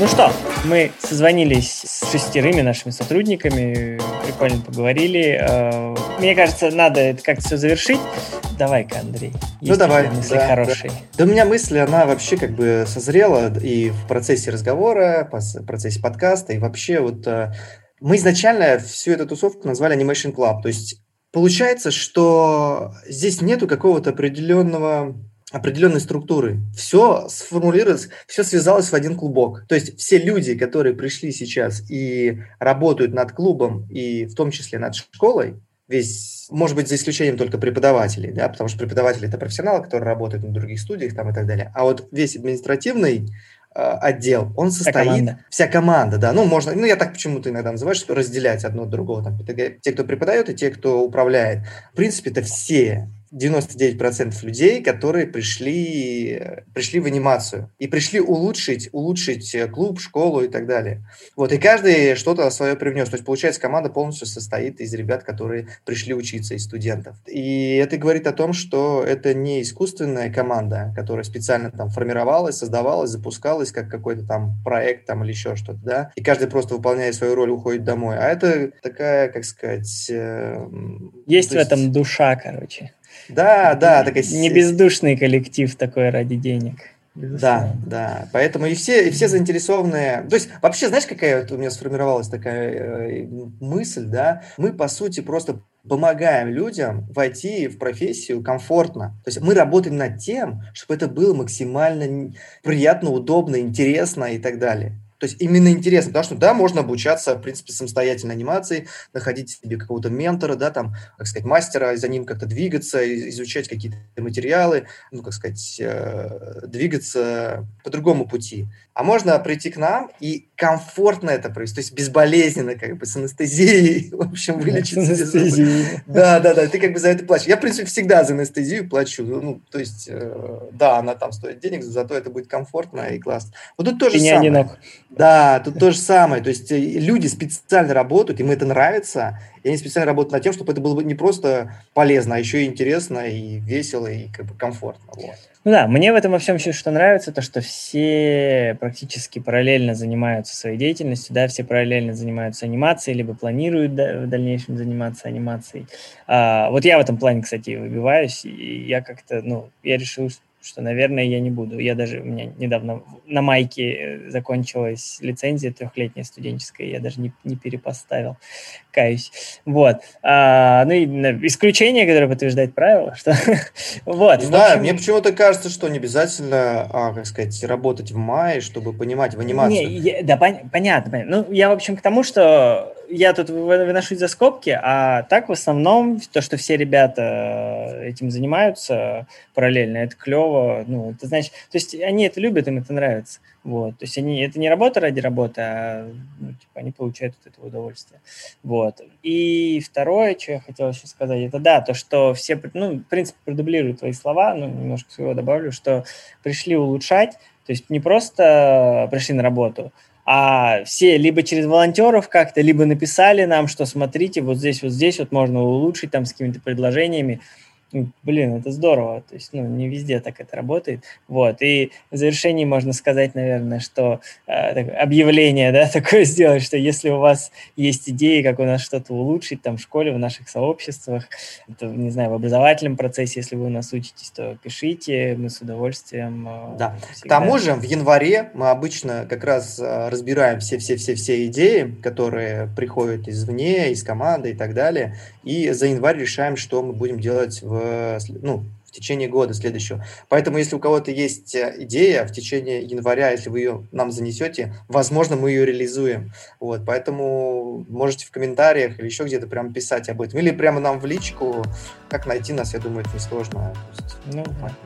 что, мы созвонились с шестерыми нашими сотрудниками, прикольно поговорили. Мне кажется, надо это как-то все завершить. Давай-ка, Андрей. Ну давай. Мысли да, хорошие. Да. да у меня мысль, она вообще как бы созрела и в процессе разговора, в процессе подкаста, и вообще вот мы изначально всю эту тусовку назвали Animation Club. То есть получается, что здесь нету какого-то определенного... определенной структуры. Все сформулировалось, все связалось в один клубок. То есть все люди, которые пришли сейчас и работают над клубом, и в том числе над школой, весь, может быть, за исключением только преподавателей, да, потому что преподаватели – это профессионалы, которые работают на других студиях там, и так далее. А вот весь административный э, отдел, он состоит… Вся команда. Вся команда, да. Ну, можно, ну, я так почему-то иногда называю, что разделять одно от другого. Там, те, кто преподает, и те, кто управляет. В принципе, это все… девяносто девять процентов людей, которые пришли, пришли в анимацию и пришли улучшить, улучшить клуб, школу и так далее. Вот, и каждый что-то свое привнес. То есть, получается, команда полностью состоит из ребят, которые пришли учиться, из студентов. И это говорит о том, что это не искусственная команда, которая специально там формировалась, создавалась, запускалась, как какой-то там проект там, или еще что-то, да, и каждый просто, выполняя свою роль, уходит домой. А это такая, как сказать… Э, есть в есть... этом душа, короче. Да, да. Такая... Не бездушный коллектив такой ради денег. Да, да. Поэтому и все, и все заинтересованные... То есть вообще, знаешь, какая вот у меня сформировалась такая э, мысль, да? Мы, по сути, просто помогаем людям войти в профессию комфортно. То есть мы работаем над тем, чтобы это было максимально приятно, удобно, интересно и так далее. То есть именно интересно, потому что, да, можно обучаться, в принципе, самостоятельной анимации, находить себе какого-то ментора, да, там, как сказать, мастера, за ним как-то двигаться, изучать какие-то материалы, ну, как сказать, э, двигаться по другому пути. А можно прийти к нам и комфортно это провести, то есть безболезненно, как бы с анестезией, в общем, вылечиться. С анестезией. Да, да, да, ты как бы за это платишь. Я, в принципе, всегда за анестезию плачу. Ну, то есть, э, да, она там стоит денег, зато это будет комфортно и классно. Вот тут тоже самое. Не одинок. Да, тут то же самое. То есть люди специально работают, им это нравится, и они специально работают над тем, чтобы это было не просто полезно, а еще и интересно, и весело, и как бы комфортно. Вот. Ну да, мне в этом во всем еще что нравится, то, что все практически параллельно занимаются своей деятельностью, да, все параллельно занимаются анимацией, либо планируют да, в дальнейшем заниматься анимацией. А, вот я в этом плане, кстати, выбиваюсь, и я как-то, ну, я решил, что что, наверное, я не буду. Я даже, у меня недавно на майке закончилась лицензия трехлетняя студенческая, я даже не, не перепоставил, каюсь. Вот. А, ну и исключение, которое подтверждает правило, что... вот. Не знаю, мне почему-то кажется, что не обязательно, а, как сказать, работать в мае, чтобы понимать в анимацию. Не, я, да, пон- понятно, понятно. Ну, я, в общем, к тому, что я тут выношусь за скобки, а так в основном то, что все ребята этим занимаются параллельно, это клево. Ну, это значит, то есть они это любят, им это нравится. Вот. То есть они, это не работа ради работы, а ну, типа, они получают от этого удовольствие. Вот. И второе, что я хотел еще сказать, это да, то, что все, ну, в принципе, продублирую твои слова, ну, немножко своего добавлю, что пришли улучшать, то есть не просто пришли на работу, а все либо через волонтеров как-то, либо написали нам, что смотрите, вот здесь, вот здесь вот можно улучшить там с какими-то предложениями. Блин, это здорово, то есть, ну, не везде так это работает, вот, и в завершении можно сказать, наверное, что э, объявление, да, такое сделать, что если у вас есть идеи, как у нас что-то улучшить, там, в школе, в наших сообществах, это, не знаю, в образовательном процессе, если вы у нас учитесь, то пишите, мы с удовольствием. Э, да, всегда. К тому же в январе мы обычно как раз э, разбираем все-все-все-все идеи, которые приходят извне, из команды и так далее, и за январь решаем, что мы будем делать в ну, в течение года следующего. Поэтому, если у кого-то есть идея в течение января, если вы ее нам занесете, возможно, мы ее реализуем. Вот, поэтому можете в комментариях или еще где-то прям писать об этом. Или прямо нам в личку. Как найти нас, я думаю, это несложно. Ну,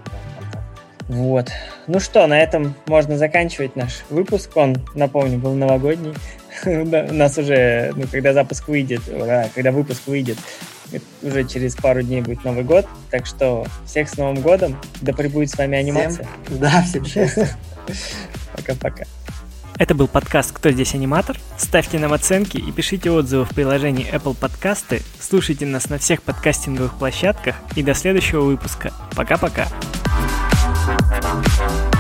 вот. Ну что, на этом можно заканчивать наш выпуск. Он, напомню, был новогодний. У нас уже, ну, когда запуск выйдет, да, когда выпуск выйдет, уже через пару дней будет Новый год. Так что всех с Новым годом. Да пребудет с вами анимация. Всем, да, всем счастья. Пока-пока. Это был подкаст «Кто здесь аниматор?». Ставьте нам оценки и пишите отзывы в приложении Apple Подкасты. Слушайте нас на всех подкастинговых площадках. И до следующего выпуска. Пока-пока. Thank you.